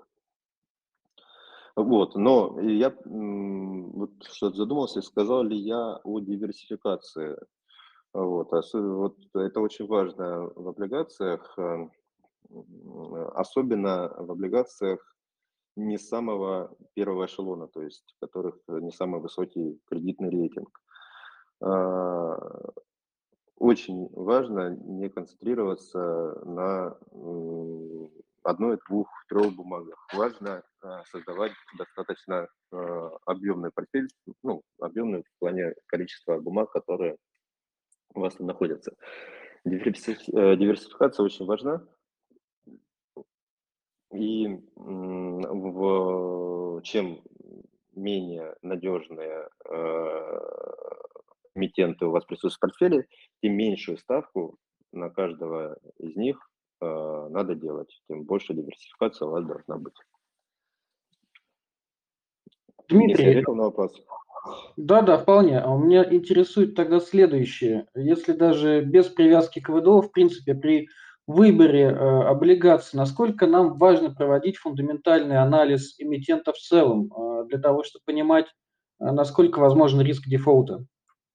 Вот, но и я м, вот что-то задумался, сказал ли я о диверсификации. Вот, осо- вот это очень важно в облигациях, э, м, особенно в облигациях не самого первого эшелона, то есть у которых не самый высокий кредитный рейтинг. А, очень важно не концентрироваться на м, одной, двух, трех бумагах. Важно а, создавать достаточно а, объемный портфель, ну, объемный в плане количества бумаг, которые у вас там находятся. Диверсифи- э, Диверсификация очень важна, и м, в, чем менее надежные э, эмитенты у вас присутствуют в портфеле, тем меньшую ставку на каждого из них э, надо делать, тем больше диверсификация у вас должна быть. Денис, я Дмитрий, ответил на вопрос? да, да, вполне. А меня интересует тогда следующее. Если даже без привязки к ВДО, в принципе, при выборе э, облигаций, насколько нам важно проводить фундаментальный анализ эмитента в целом, э, для того, чтобы понимать, э, насколько возможен риск дефолта?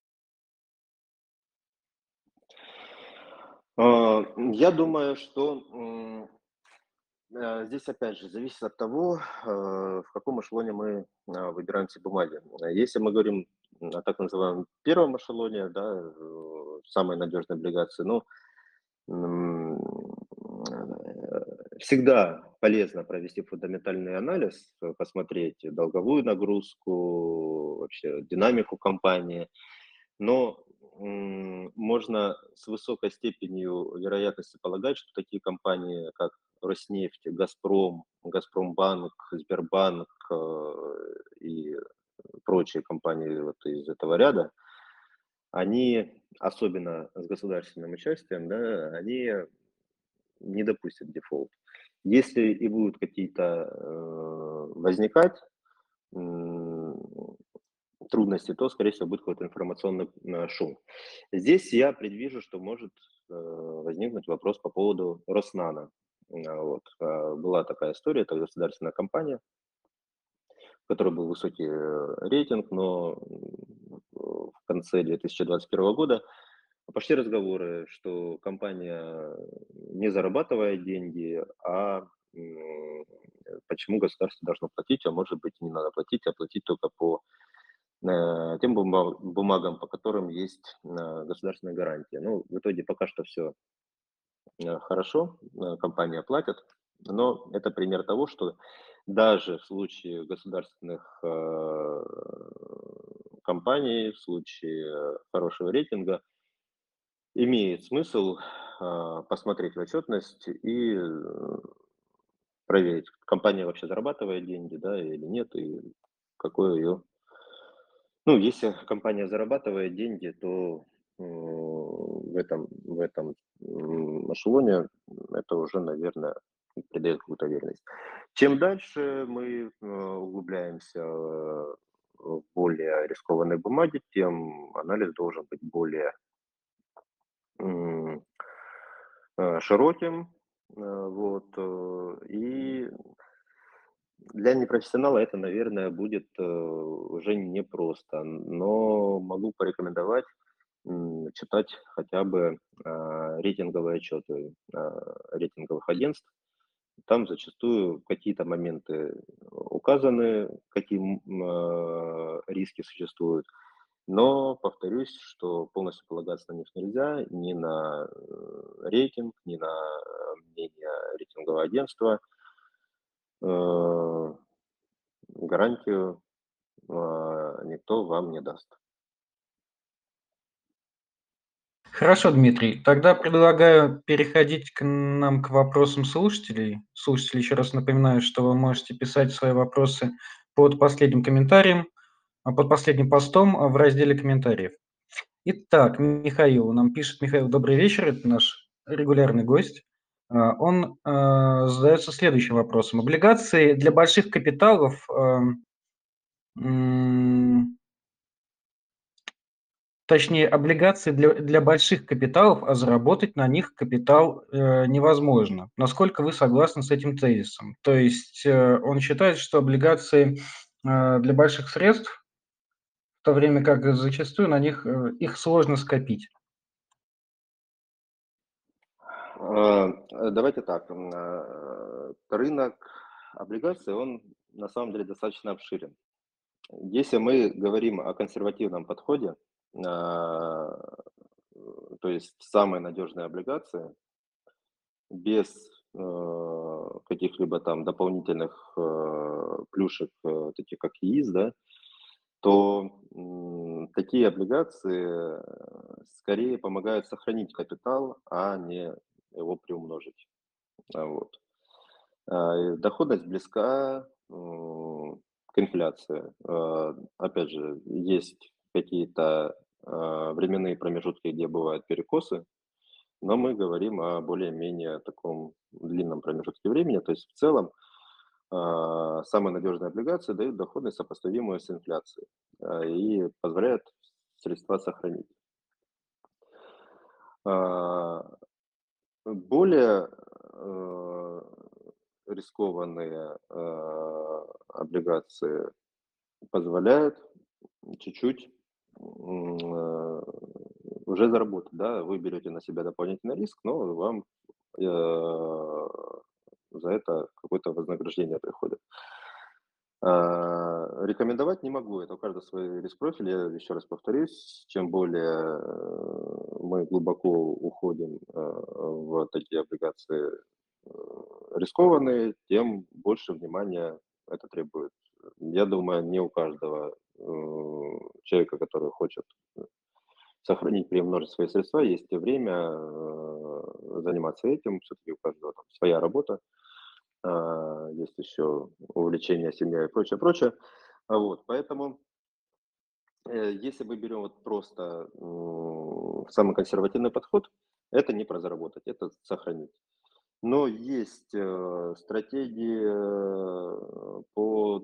А, Я думаю, что м, э, здесь опять же зависит от того, э, в каком эшелоне мы а, выбираем все бумаги. Э, Если мы говорим о так называемом первом эшелоне, да, э, самой надежной облигации, ну, м, э, всегда полезно провести фундаментальный анализ, э, посмотреть долговую нагрузку, вообще динамику компании, но м, можно с высокой степенью вероятности полагать, что такие компании, как Роснефть, Газпром, Газпромбанк, Сбербанк э, и прочие компании вот из этого ряда, они, особенно с государственным участием, да, они не допустят дефолт. Если и будут какие-то э, возникать м, трудности, то, скорее всего, будет какой-то информационный э, шум. Здесь я предвижу, что может э, возникнуть вопрос по поводу Роснана. А, Вот. а, Была такая история, это государственная компания, у которой был высокий э, рейтинг, но м, в конце две тысячи двадцать первого года пошли разговоры, что компания не зарабатывает деньги, а м, почему государство должно платить, а может быть не надо платить, а платить только по э, тем бума- бумагам, по которым есть э, государственная гарантия. Ну, в итоге пока что все хорошо, э, компания платит, но это пример того, что даже в случае государственных э, компаний, в случае хорошего рейтинга, имеет смысл а, посмотреть в отчетность и э, проверить, компания вообще зарабатывает деньги, да, или нет, и какой ее... Ну, если компания зарабатывает деньги, то э, в этом, в этом м, эшелоне это уже, наверное, придает какую-то уверенность. Чем дальше мы э, углубляемся э, в более рискованные бумаги, тем анализ должен быть более м, э, широким. Э, Вот, э, и для непрофессионала это, наверное, будет э, уже непросто, но могу порекомендовать м, читать хотя бы а, рейтинговые отчеты а, рейтинговых агентств. Там зачастую какие-то моменты указаны, какие м, а, риски существуют. Но повторюсь, что полностью полагаться на них нельзя, ни на э, рейтинг, ни на э, мнение рейтингового агентства. Э, Гарантию а, никто вам не даст. Хорошо, Дмитрий. Тогда предлагаю переходить к нам к вопросам слушателей. Слушатели, еще раз напоминаю, что вы можете писать свои вопросы под последним комментарием, а под последним постом а, в разделе комментариев. Итак, Михаил нам пишет. Михаил, добрый вечер, это наш регулярный гость. А, Он а, задается следующим вопросом. Облигации для больших капиталов, а, м, точнее, облигации для, для больших капиталов, а заработать на них капитал э, невозможно. Насколько вы согласны с этим тезисом? То есть э, он считает, что облигации э, для больших средств, в то время как зачастую на них э, их сложно скопить. А, Давайте так. м, а, Рынок облигаций, он на самом деле достаточно обширен. Если мы говорим о консервативном подходе, а, то есть самые надежные облигации, без э, каких-либо там дополнительных э, плюшек, э, таких как ЕИС, да, то м, такие облигации э, скорее помогают сохранить капитал, а не его приумножить. А, Вот. А, и доходность близка м, к инфляции. А, Опять же, есть какие-то а, временные промежутки, где бывают перекосы, но мы говорим о более-менее таком длинном промежутке времени. То есть в целом а, самые надежные облигации дают доходность, сопоставимую с инфляцией, а, и позволяют средства сохранить. А, Более э, рискованные э, облигации позволяют чуть-чуть м, э, уже заработать, да, вы берете на себя дополнительный риск, но вам э, за это какое-то вознаграждение приходит. А, Рекомендовать не могу, это у каждого свой риск-профиль, я еще раз повторюсь, чем более э, мы глубоко уходим э, в такие облигации э, рискованные, тем больше внимания это требует. Я думаю, не у каждого э, человека, который хочет э, сохранить, приумножить свои средства, есть и время э, заниматься этим, все-таки у каждого там своя работа, а, есть еще увлечение, семья и прочее, прочее. А Вот, поэтому, э, если мы берем вот просто м, самый консервативный подход, это не про заработать, это сохранить. Но есть э, стратегии э, по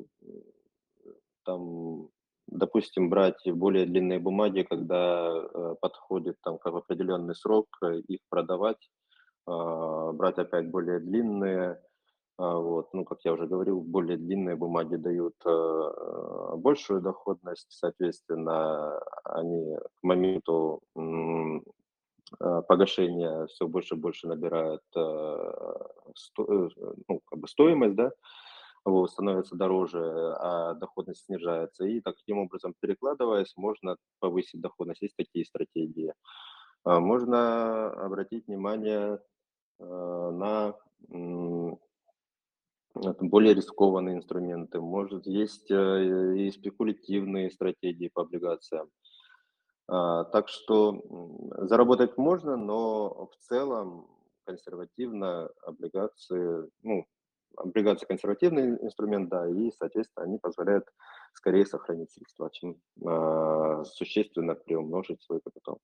там, допустим, брать более длинные бумаги, когда э, подходит там как определенный срок, э, их продавать, а, брать опять более длинные, а, вот, ну, как я уже говорил, более длинные бумаги дают э, большую доходность, соответственно, они к моменту м, э, погашения все больше и больше набирают э, сто- э, ну, как бы стоимость, да, вот, становится дороже, а доходность снижается. И таким образом, перекладываясь, можно повысить доходность. Есть такие стратегии. А Можно обратить внимание э, на м, это более рискованные инструменты. Может, есть э, и спекулятивные стратегии по облигациям. А, Так что м, заработать можно, но в целом консервативно облигации, ну, облигации консервативный инструмент, да, и, соответственно, они позволяют скорее сохранить средства, чем а, существенно приумножить свой капитал.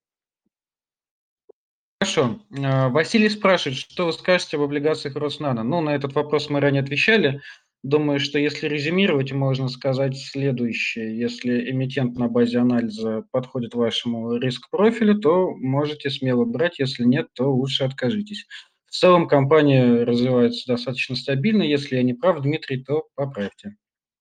Хорошо. А, Василий спрашивает, что вы скажете об облигациях Роснано? Ну, на этот вопрос мы ранее отвечали. Думаю, что если резюмировать, можно сказать следующее. Если эмитент на базе анализа подходит вашему риск-профилю, то можете смело брать. Если нет, то лучше откажитесь. В целом компания развивается достаточно стабильно. Если я не прав, Дмитрий, то поправьте.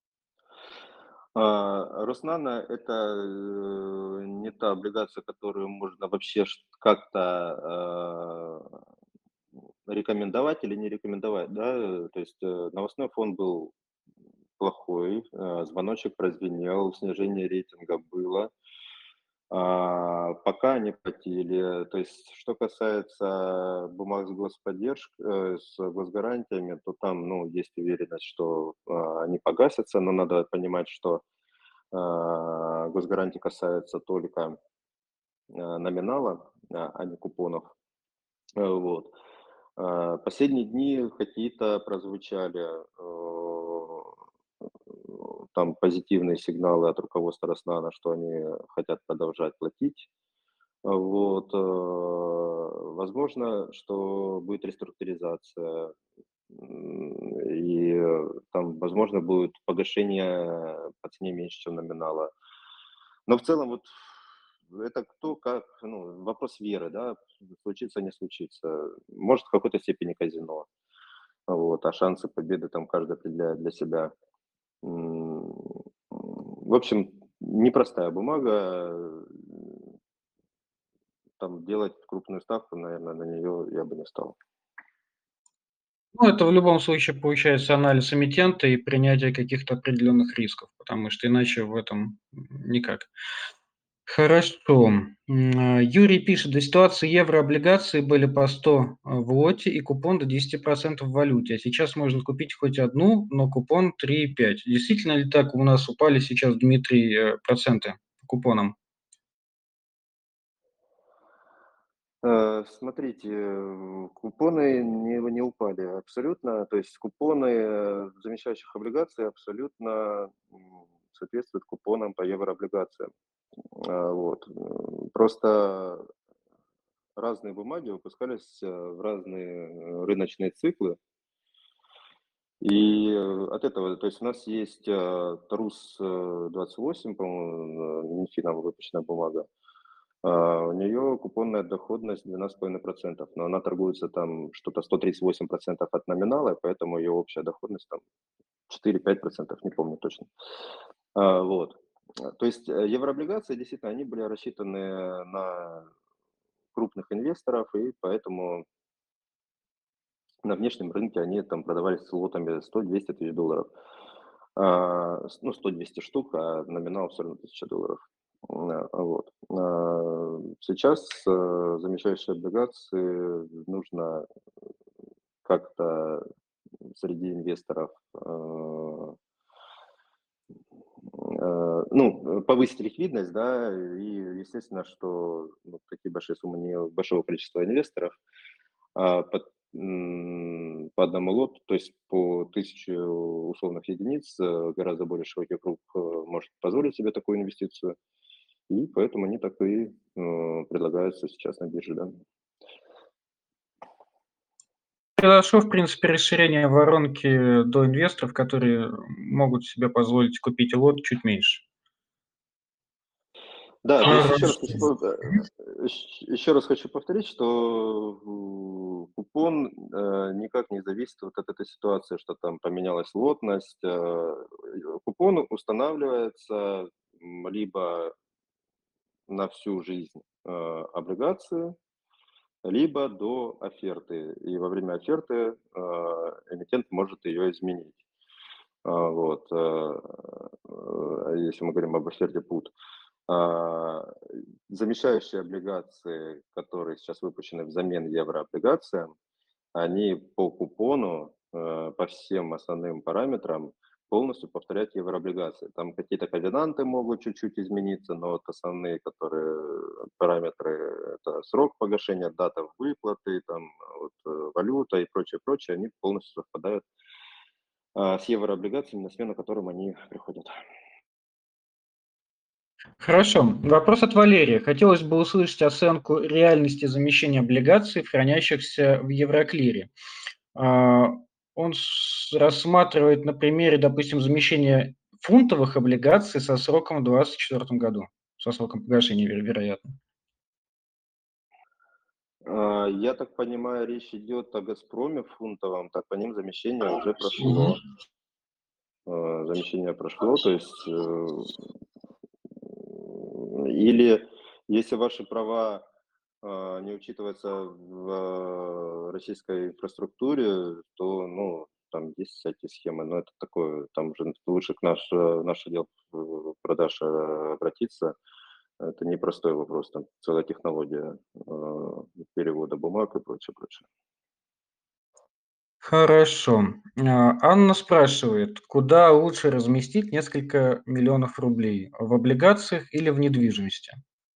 А, Роснано — это э, не та облигация, которую можно вообще ш- как-то э, рекомендовать или не рекомендовать, да, э, то есть э, новостной фон был плохой, э, звоночек прозвенел, снижение рейтинга было, а, пока не платили. То есть, что касается бумаг с господдержкой, э, с госгарантиями, то там, ну, есть уверенность, что а, они погасятся, но надо понимать, что а, госгарантии касаются только а, номинала, а а не купонов. Э, Вот. А, Последние дни какие-то прозвучали э, там позитивные сигналы от руководства Роснана, что они хотят продолжать платить. Вот. э, Возможно, что будет реструктуризация, м, и э, там, возможно, будет погашение по цене меньше, чем номинала. Но в целом вот это кто как, ну, вопрос веры, да, случится, не случится. Может, в какой-то степени казино, вот, а шансы победы там каждый определяет для себя. М, В общем, непростая бумага, там делать крупную ставку, наверное, на нее я бы не стал. Ну, это в любом случае получается анализ эмитента и принятие каких-то определенных рисков, потому что иначе в этом никак. Хорошо. М, а, Юрий пишет: до ситуации еврооблигации были по сто а, в лоте и купон до десяти процентов в валюте, а сейчас можно купить хоть одну, но купон три и пять. Действительно ли так у нас упали сейчас, Дмитрий, э, проценты по купонам? Э, Смотрите, э, купоны не, не упали абсолютно, то есть купоны э, замещающих облигаций абсолютно м, соответствуют купонам по еврооблигациям. А, Вот. э, Просто разные бумаги выпускались э, в разные э, рыночные циклы, и э, от этого, то есть у нас есть э, ТРУС э, двадцать восемь, по-моему, э, Минфином выпущенная бумага. А, У нее купонная доходность двенадцать целых пять десятых процента, но она торгуется там что-то сто тридцать восемь процентов от номинала, поэтому ее общая доходность там четыре-пять процентов, не помню точно. А, Вот. А, То есть э, еврооблигации действительно они были рассчитаны на крупных инвесторов, и поэтому на внешнем рынке они там продавались с лотами сто-двести тысяч долларов. А, с- ну, сто-двести штук, а номинал все равно тысяча долларов. М, а, Вот. А, Сейчас э, замещающие облигации нужно как-то среди инвесторов э, э, ну, повысить ликвидность, да, и естественно, что ну, такие большие суммы не у большого количества инвесторов, а под, м, по одному лоту, то есть по тысяче условных единиц, э, гораздо более широкий круг э, может позволить себе такую инвестицию, и поэтому они так и э, предлагаются сейчас на бирже, да. Хорошо, в принципе, расширение воронки до инвесторов, которые могут себе позволить купить лот чуть меньше. Да, то есть еще раз Хорошо. хочу, пов- э, щ- еще раз хочу повторить, что э, купон э, никак не зависит вот от этой ситуации, что там поменялась лотность. э, Купон устанавливается м, либо на всю жизнь э, облигации, либо до оферты. И во время оферты э, эмитент может ее изменить. А, Вот, э, э, если мы говорим об оферте put. А, Замещающие облигации, которые сейчас выпущены взамен еврооблигациям, они по купону, э, по всем основным параметрам полностью повторяют еврооблигации. Там какие-то ковенанты могут чуть-чуть измениться, но вот основные, которые параметры, это срок погашения, дата выплаты, там, вот, э, валюта и прочее, прочее, они полностью совпадают а, с еврооблигациями, на смену которым они приходят. Хорошо. Вопрос от Валерия. Хотелось бы услышать оценку реальности замещения облигаций, хранящихся в Евроклире. А, Он с- рассматривает на примере, допустим, замещения фунтовых облигаций со сроком в двадцать четвёртом году, со сроком погашения, веро- вероятно. А, Я так понимаю, речь идет о «Газпроме» фунтовом, так по ним замещение уже Мгм. прошло. Э, Замещение прошло, то есть э, или если ваши права а, не учитываются в э, российской инфраструктуре, то, ну, там есть всякие схемы, но это такое, там уже лучше к наш, э, наш отдел э, продаж э, обратиться. Это непростой вопрос, там целая технология э, перевода бумаг и прочее, прочее. Хорошо. А, Анна спрашивает, куда лучше разместить несколько миллионов рублей? В облигациях или в недвижимости?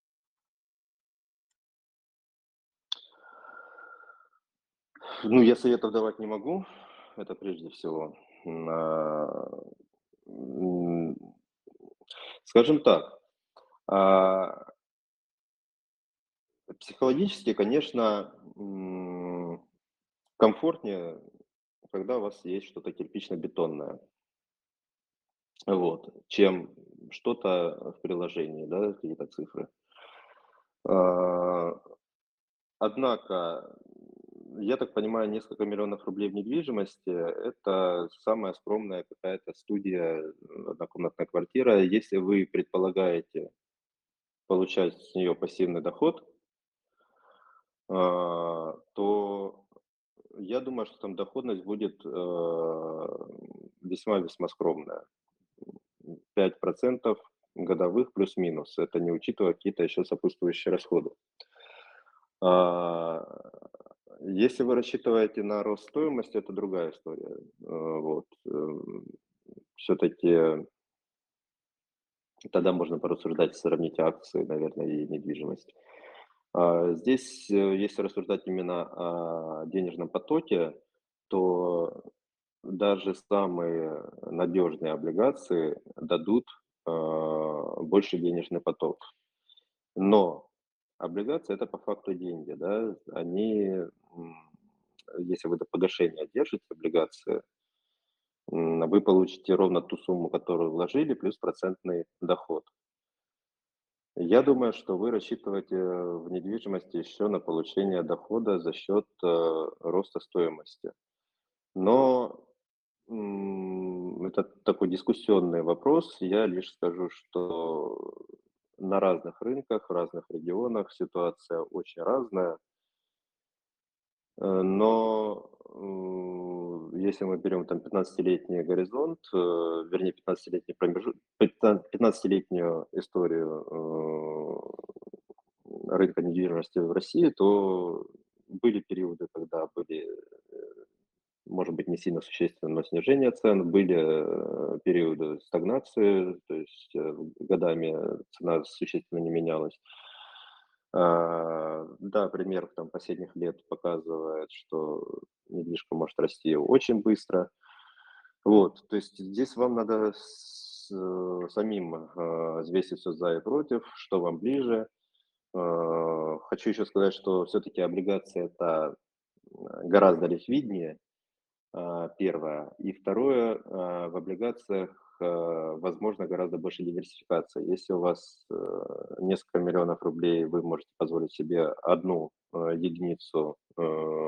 Ну, я советов давать не могу, это прежде всего. М, а, м, Скажем так, а, психологически, конечно, м, комфортнее, когда у вас есть что-то кирпично-бетонное, вот, чем что-то в приложении, да, какие-то цифры. А, Однако, я так понимаю, несколько миллионов рублей в недвижимости — это самая скромная какая-то студия, э, однокомнатная квартира. Если вы предполагаете получать с нее пассивный доход, а, то я думаю, что там доходность будет э, весьма-весьма скромная. Пять процентов годовых плюс-минус. Это не учитывая какие-то еще сопутствующие расходы. А, Если вы рассчитываете на рост стоимости, это другая история. Э, Вот. Все-таки тогда можно порассуждать, сравнить акции, наверное, и недвижимость. А, Здесь, э, если рассуждать именно о денежном потоке, то даже самые надежные облигации дадут а, больше денежный поток. Но облигации это по факту деньги, да, они, м, если вы до погашения держите облигации, м, вы получите ровно ту сумму, которую вложили, плюс процентный доход. Я думаю, что вы рассчитываете в недвижимости еще на получение дохода за счет э, роста стоимости. Но м, это такой дискуссионный вопрос. Я лишь скажу, что на разных рынках, в разных регионах ситуация очень разная. Э, Но м, если мы берем там пятнадцатилетний горизонт, э, вернее пятнадцатилетний промежуток, пятнадцатилетнюю историю э, рынка недвижимости в России, то были периоды, когда были, может быть, не сильно существенное снижение цен, были э, периоды стагнации, то есть э, годами цена существенно не менялась. А, Да, пример там последних лет показывает, что недвижка может расти очень быстро. Вот, то есть здесь вам надо с- э, самим э, взвесить все за и против, что вам ближе. Э, Хочу еще сказать, что все-таки облигации это э, гораздо ликвиднее, а, первое. И второе, а, в облигациях, а, возможно гораздо больше диверсификация. Если у вас э, несколько миллионов рублей, вы можете позволить себе одну э, единицу э,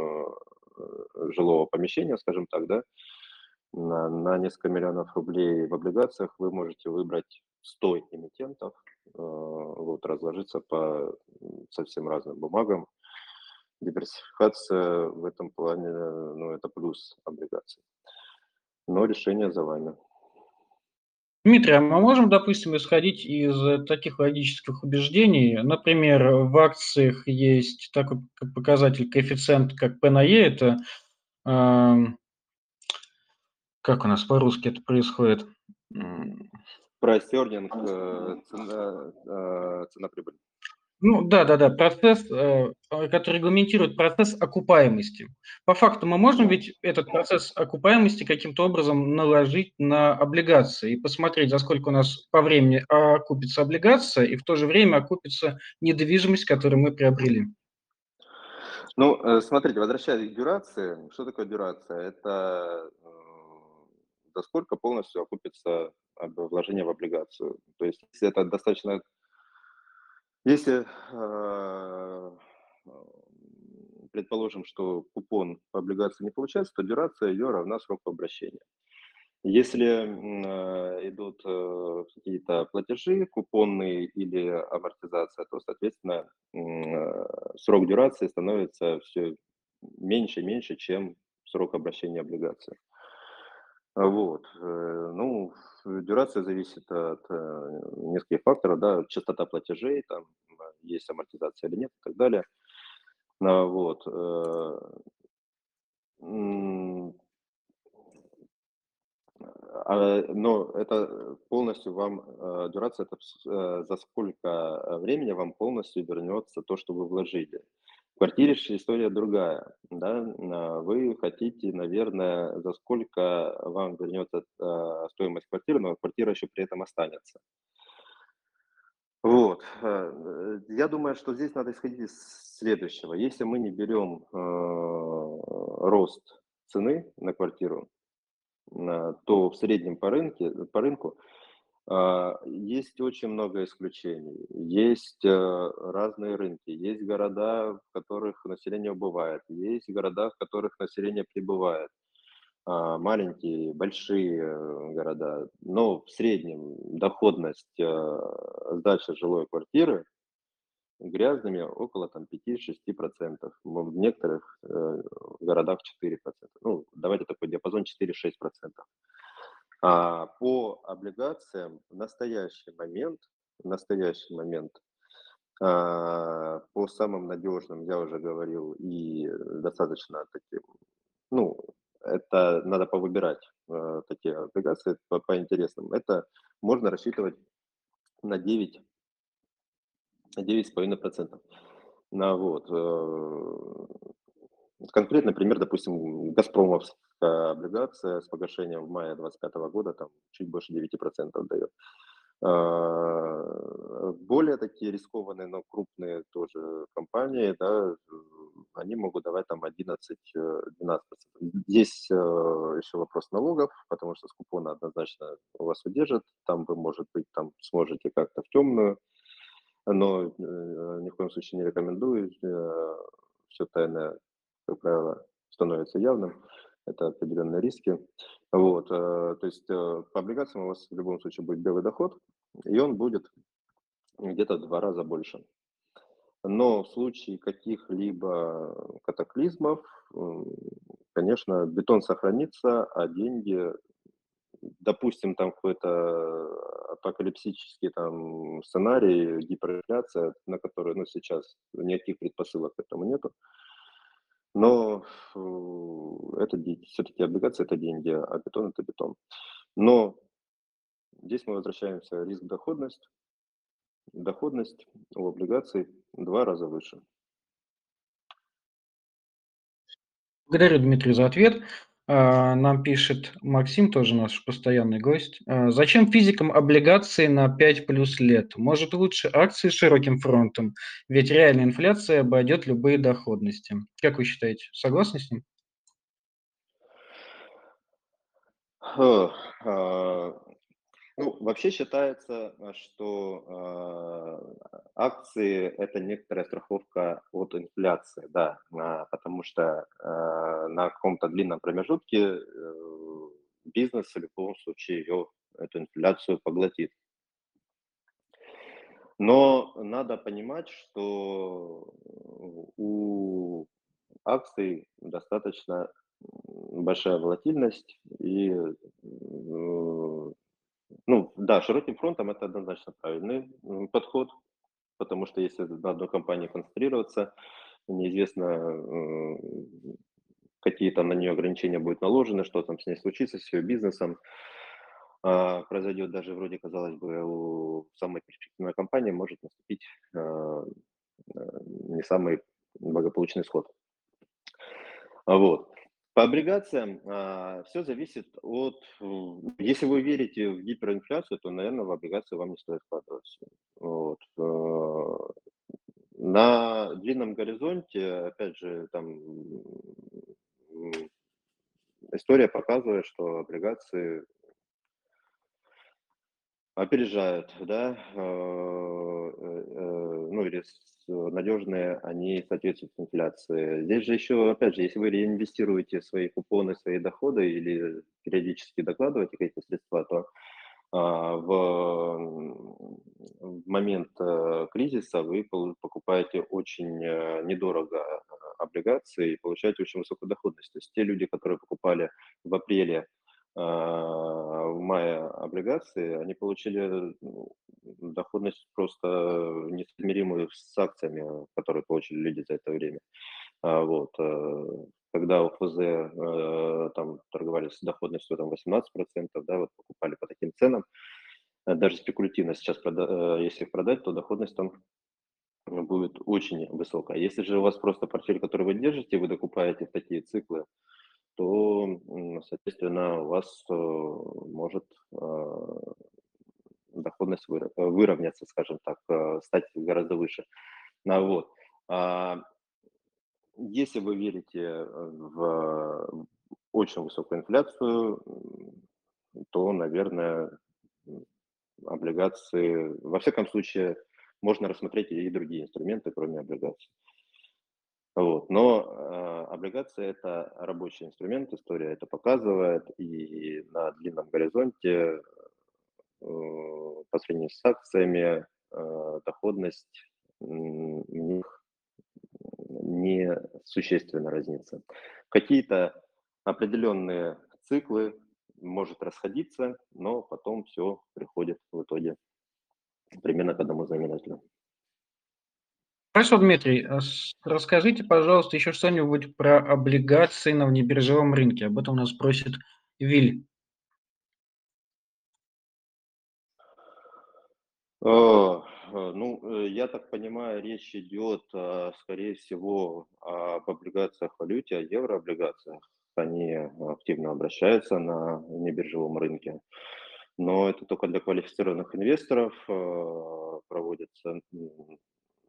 э, жилого помещения, скажем так, да, на, на несколько миллионов рублей в облигациях вы можете выбрать сто эмитентов, э, вот, разложиться по м, совсем разным бумагам. Диверсификация в этом плане, ну, это плюс облигаций. Но решение за вами. Дмитрий, а мы можем, допустим, исходить из э, таких логических убеждений? Например, в акциях есть такой п- показатель, коэффициент, как P на E, это, ам, как у нас по-русски это происходит? М, Price earning, э, цена, э, цена-прибыль. Ну да, да, да, процесс, э, э, который регламентирует процесс окупаемости. По факту мы можем Да. ведь этот процесс окупаемости каким-то образом наложить на облигации и посмотреть, за сколько у нас по времени окупится облигация и в то же время окупится недвижимость, которую мы приобрели. Ну, э, смотрите, возвращаясь к дюрации, что такое дюрация? Это э, за сколько полностью окупится об- вложение в облигацию. То есть, если это достаточно, если э, э, предположим, что купон по облигации не получается, то дюрация ее равна сроку обращения. Если м, э, идут э, какие-то платежи, купонные или амортизация, то, соответственно, м, э, срок дюрации становится все меньше и меньше, чем срок обращения облигации. А Вот. э, Ну, дюрация зависит от э, нескольких факторов, да, частота платежей, там, э, есть амортизация или нет и так далее. А, Вот. э, м, А, но это полностью вам, э, дюрация, это вс э, за сколько, э, времени вам полностью вернется то, что вы вложили. В квартире же история другая, да. А, вы хотите, наверное, за сколько вам вернется, э, стоимость квартиры, но квартира еще при этом останется. Вот, э, я думаю, что здесь надо исходить из следующего. Если мы не берем, э, рост цены на квартиру, на то в среднем по рынке по рынку, а, есть очень много исключений. Есть, э, разные рынки, есть города, в которых население убывает, есть города, в которых население прибывает, а, маленькие, большие, э, города. Но в среднем доходность, э, сдачи жилой квартиры грязными около там пяти-шести процентов. В некоторых, э, городах четыре процента. Ну, давайте такой диапазон четыре-шесть процентов. А по облигациям в настоящий момент, в настоящий момент, а, по самым надежным, я уже говорил, и достаточно таким, ну, это надо повыбирать э, такие облигации по, по интересным. Это можно рассчитывать на девять, на девять с половиной процентов. На вот. э, Конкретный пример, допустим, газпромовская облигация с погашением в мае двадцать пятого года там чуть больше девяти процентов дает. А, более такие рискованные, но крупные тоже компании, да, э, они могут давать там одиннадцать-двенадцать процентов. Здесь э, еще вопрос налогов, потому что с купона однозначно у вас удержат, там вы, может быть, там сможете как-то в темную, но э, ни в коем случае не рекомендую. Все тайное, как правило, становится явным. Это определенные риски. Вот, э, то есть э, по облигациям у вас в любом случае будет белый доход, и он будет где-то в два раза больше. Но в случае каких-либо катаклизмов, м, конечно, бетон сохранится, а деньги, допустим, там какой-то апокалипсический там сценарий, гиперинфляция, на который, ну, сейчас никаких предпосылок к этому нету. Но э, это все-таки облигации это деньги, а бетон это бетон. Но здесь мы возвращаемся риск-доходность. Доходность у облигаций в два раза выше. Благодарю, Дмитрий, за ответ. А, Нам пишет Максим, тоже наш постоянный гость. А, Зачем физикам облигации на пять плюс лет? Может, лучше акции с широким фронтом? Ведь реальная инфляция обойдет любые доходности. Как вы считаете, согласны с ним? Фу, а, Ну, вообще считается, а, что а, акции это некоторая страховка от инфляции, да, а, потому что а, на каком-то длинном промежутке э, бизнес в любом случае ее, эту инфляцию поглотит. Но надо понимать, что у акций достаточно м, большая волатильность и э, ну да, широким фронтом это однозначно правильный м, подход, потому что если на одной компании концентрироваться, неизвестно, э, какие там на нее ограничения будут наложены, что там с ней случится, с ее бизнесом. А, произойдет даже вроде, казалось бы, у самой перспективной компании может наступить э, э, не самый благополучный исход. А Вот. По облигациям все зависит от... м, Если вы верите в гиперинфляцию, то, наверное, в облигации вам не стоит вкладываться. Вот. э, На длинном горизонте, опять же, там м, история показывает, что облигации опережают, да, э, э, э, ну или надежные, они соответствуют инфляции. Здесь же еще, опять же, если вы реинвестируете свои купоны, свои доходы или периодически докладываете какие-то средства, то а, в, м, в момент э, кризиса вы пол- покупаете очень э, недорого э, облигации и получаете очень высокую доходность. То есть те люди, которые покупали в апреле, а, в мае облигации, они получили ну, доходность просто несоизмеримую с акциями, которые получили люди за это время. А, Вот. э, Когда ОФЗ э, там торговали с доходностью там восемнадцать процентов, да, вот покупали по таким ценам, э, даже спекулятивно сейчас, прода- э, если их продать, то доходность там будет очень высокая. Если же у вас просто портфель, который вы держите, вы докупаете в такие циклы, то, м, соответственно, у вас э, может э, доходность выра- э, выровняться, скажем так, э, стать гораздо выше. А, вот. А, Если вы верите э, в очень высокую инфляцию, м, то, наверное, м, облигации, во всяком случае, можно рассмотреть и другие инструменты, кроме облигаций. Вот. Но э, облигации это рабочий инструмент, история это показывает, и на длинном горизонте э, по сравнению с акциями э, доходность м, у них не существенно разнится. Какие-то определенные циклы может расходиться, но потом все приходит в итоге примерно к одному знаменателю. Хорошо, Дмитрий, а с- расскажите, пожалуйста, еще что-нибудь про облигации на внебиржевом рынке. Об этом нас просит Виль. Э, э, Ну, э, я так понимаю, речь идет, а, скорее всего, об облигациях в валюте, о еврооблигациях. Они активно обращаются на небиржевом рынке, но это только для квалифицированных инвесторов э, проводятся м,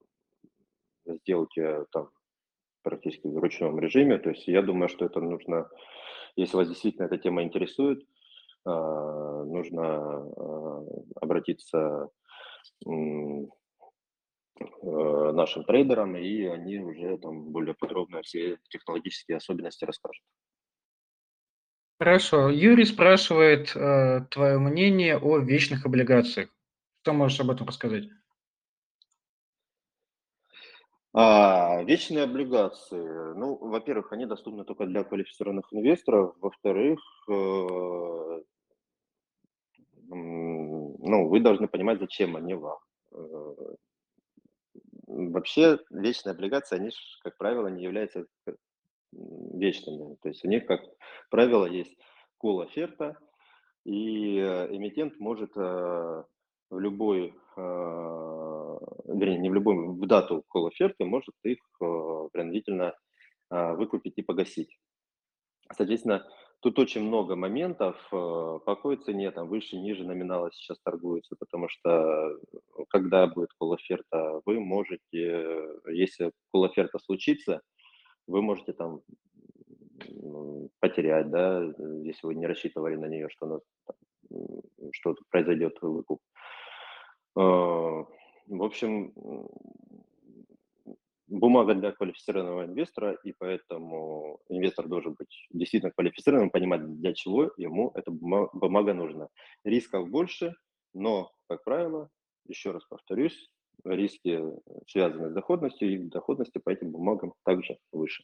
сделки там практически в ручном режиме. То есть я думаю, что это нужно, если вас действительно эта тема интересует, а, нужно а, обратиться м, э, нашим трейдерам, и они уже там более подробно все технологические особенности расскажут. Хорошо. Юрий спрашивает э, твое мнение о вечных облигациях. Что можешь об этом рассказать? А, вечные облигации. Ну, во-первых, они доступны только для квалифицированных инвесторов. Во-вторых, э, м, ну, вы должны понимать, зачем они вам. Э, Вообще, вечные облигации, они, ж, как правило, не являются э, м, вечными. То есть у них, как правило, есть кол-оферта, и э, эмитент может э, в любой, э, вернее, не в любой, в дату кол-оферты может их э, принудительно э, выкупить и погасить. Соответственно, тут очень много моментов, э, по какой цене, там, выше, ниже номинала сейчас торгуются, потому что э, когда будет колл-оферта, вы можете, э, если колл-оферта случится, вы можете там м, потерять, да, э, если вы не рассчитывали на нее, что она, там, м, что произойдет выкуп. Э, В общем, м, бумага для квалифицированного инвестора, и поэтому инвестор должен быть действительно квалифицированным, понимать, для чего ему эта бума- бумага нужна. Рисков больше, но, как правило, еще раз повторюсь, риски, э, связанные с доходностью, и доходности по этим бумагам также выше.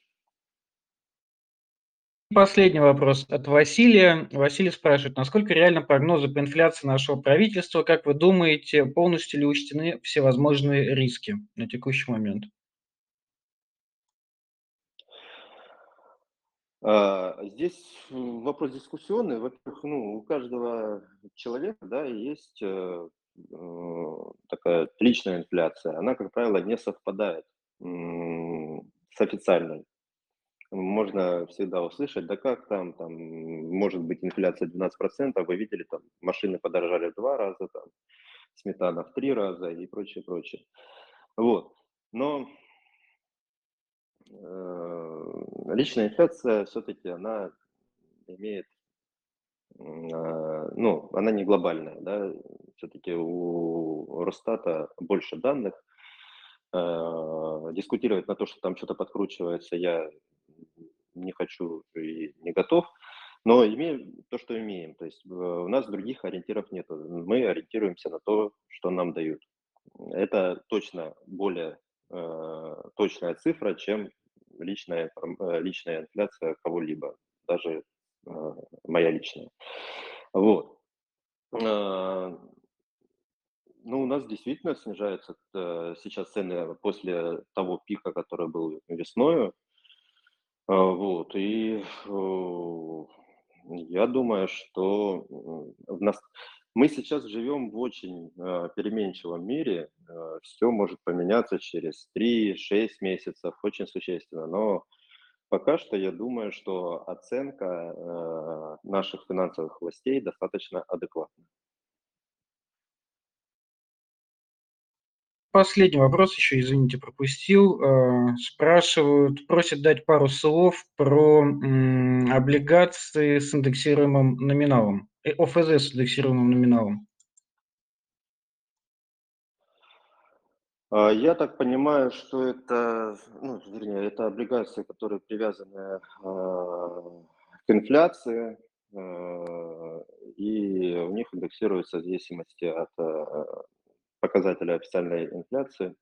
Последний вопрос от Василия. Василий спрашивает, насколько реально прогнозы по инфляции нашего правительства? Как вы думаете, полностью ли учтены всевозможные риски на текущий момент? А, Здесь м, вопрос дискуссионный. Во-первых, ну, у каждого человека, да, есть э, э, такая личная инфляция. Она, как правило, не совпадает м, с официальной. Можно всегда услышать, да как там, там может быть инфляция двенадцать процентов, вы видели, там машины подорожали в два раза, там сметана в три раза и прочее, прочее. Вот. Но э, личная инфляция все-таки она имеет М, а, ну, она не глобальная, да, все-таки у Росстата больше данных. А, Дискутировать на то, что там что-то подкручивается, я не хочу и не готов, но имеем то, что имеем. То есть э, у нас других ориентиров нет. Мы ориентируемся на то, что нам дают. Это точно более э, точная цифра, чем личная, информ- э, личная инфляция кого-либо, даже э, моя личная. Вот. А, ну, у нас действительно снижаются э, сейчас цены после того пика, который был весною. А, Вот. И э, я думаю, что м, в нас... мы сейчас живем в очень э, переменчивом мире. Все может поменяться через три-шесть месяцев, очень существенно. Но пока что я думаю, что оценка э, наших финансовых властей достаточно адекватна. Последний вопрос еще, извините, пропустил. Э, Спрашивают, просят дать пару слов про м, облигации с индексируемым номиналом, э, ОФЗ с индексируемым номиналом. А, Я так понимаю, что это, ну, вернее, это облигации, которые привязаны а, к инфляции, а, и у них индексируется в зависимости от а, показателя официальной инфляции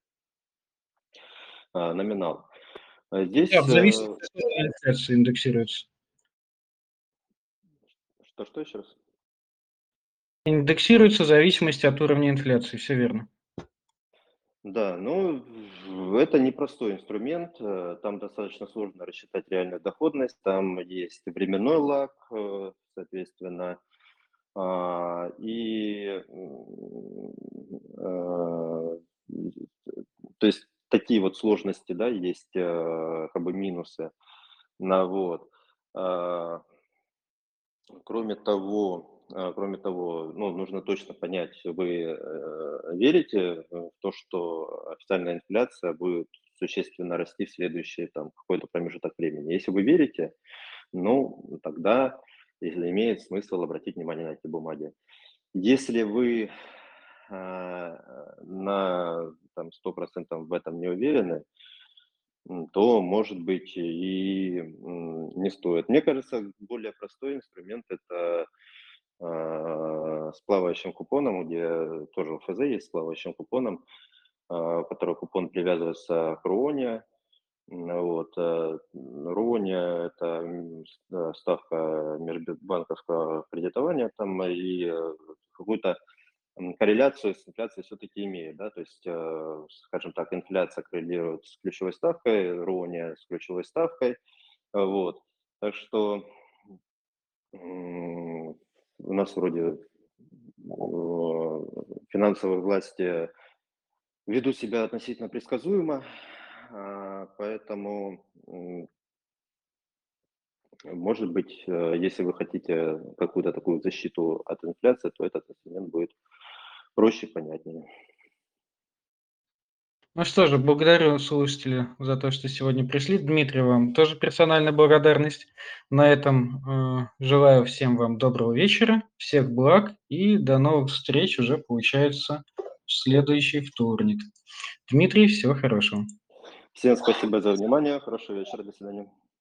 а, номинал. А Да, Здесь, в э, зависимости от инфляции индексируется. Что-что еще раз? Индексируется в зависимости от уровня инфляции, все верно. Да, ну, в- это непростой инструмент, э, там достаточно сложно рассчитать реальную доходность, там есть временной лаг, э, соответственно, а, и, м, э, то есть такие вот сложности, да, есть, э, как бы минусы, на вот. А, Кроме того, а, кроме того, ну, нужно точно понять, вы, э, верите в то, что официальная инфляция будет существенно расти в следующий там какой-то промежуток времени? Если вы верите, ну, тогда если имеет смысл обратить внимание на эти бумаги. Если вы, а, на там сто процентов в этом не уверены, м, то, может быть, и, м, не стоит. Мне кажется, более простой инструмент- это, а, с плавающим купоном, где тоже ОФЗ есть с плавающим купоном, а, у которого купон привязывается к РОНе. М, вот, э, РОНе- это, м, с э, ставка межбанковского кредитования там, и, э, какую-то м, корреляцию с инфляцией все-таки имеет, да, то есть, э, скажем так, инфляция коррелирует с ключевой ставкой, РОНе с ключевой ставкой, а, вот. Так что м, у нас вроде э, финансовые власти ведут себя относительно предсказуемо, а, поэтому, м, может быть, э, если вы хотите какую-то такую защиту от инфляции, то этот инструмент будет проще, понятнее. Ну что же, благодарю слушателей за то, что сегодня пришли. Дмитрий, вам тоже персональная благодарность. На этом э, желаю всем вам доброго вечера, всех благ и до новых встреч уже, получается, в следующий вторник. Дмитрий, всего хорошего. Всем спасибо за внимание, хорошего вечера, до свидания.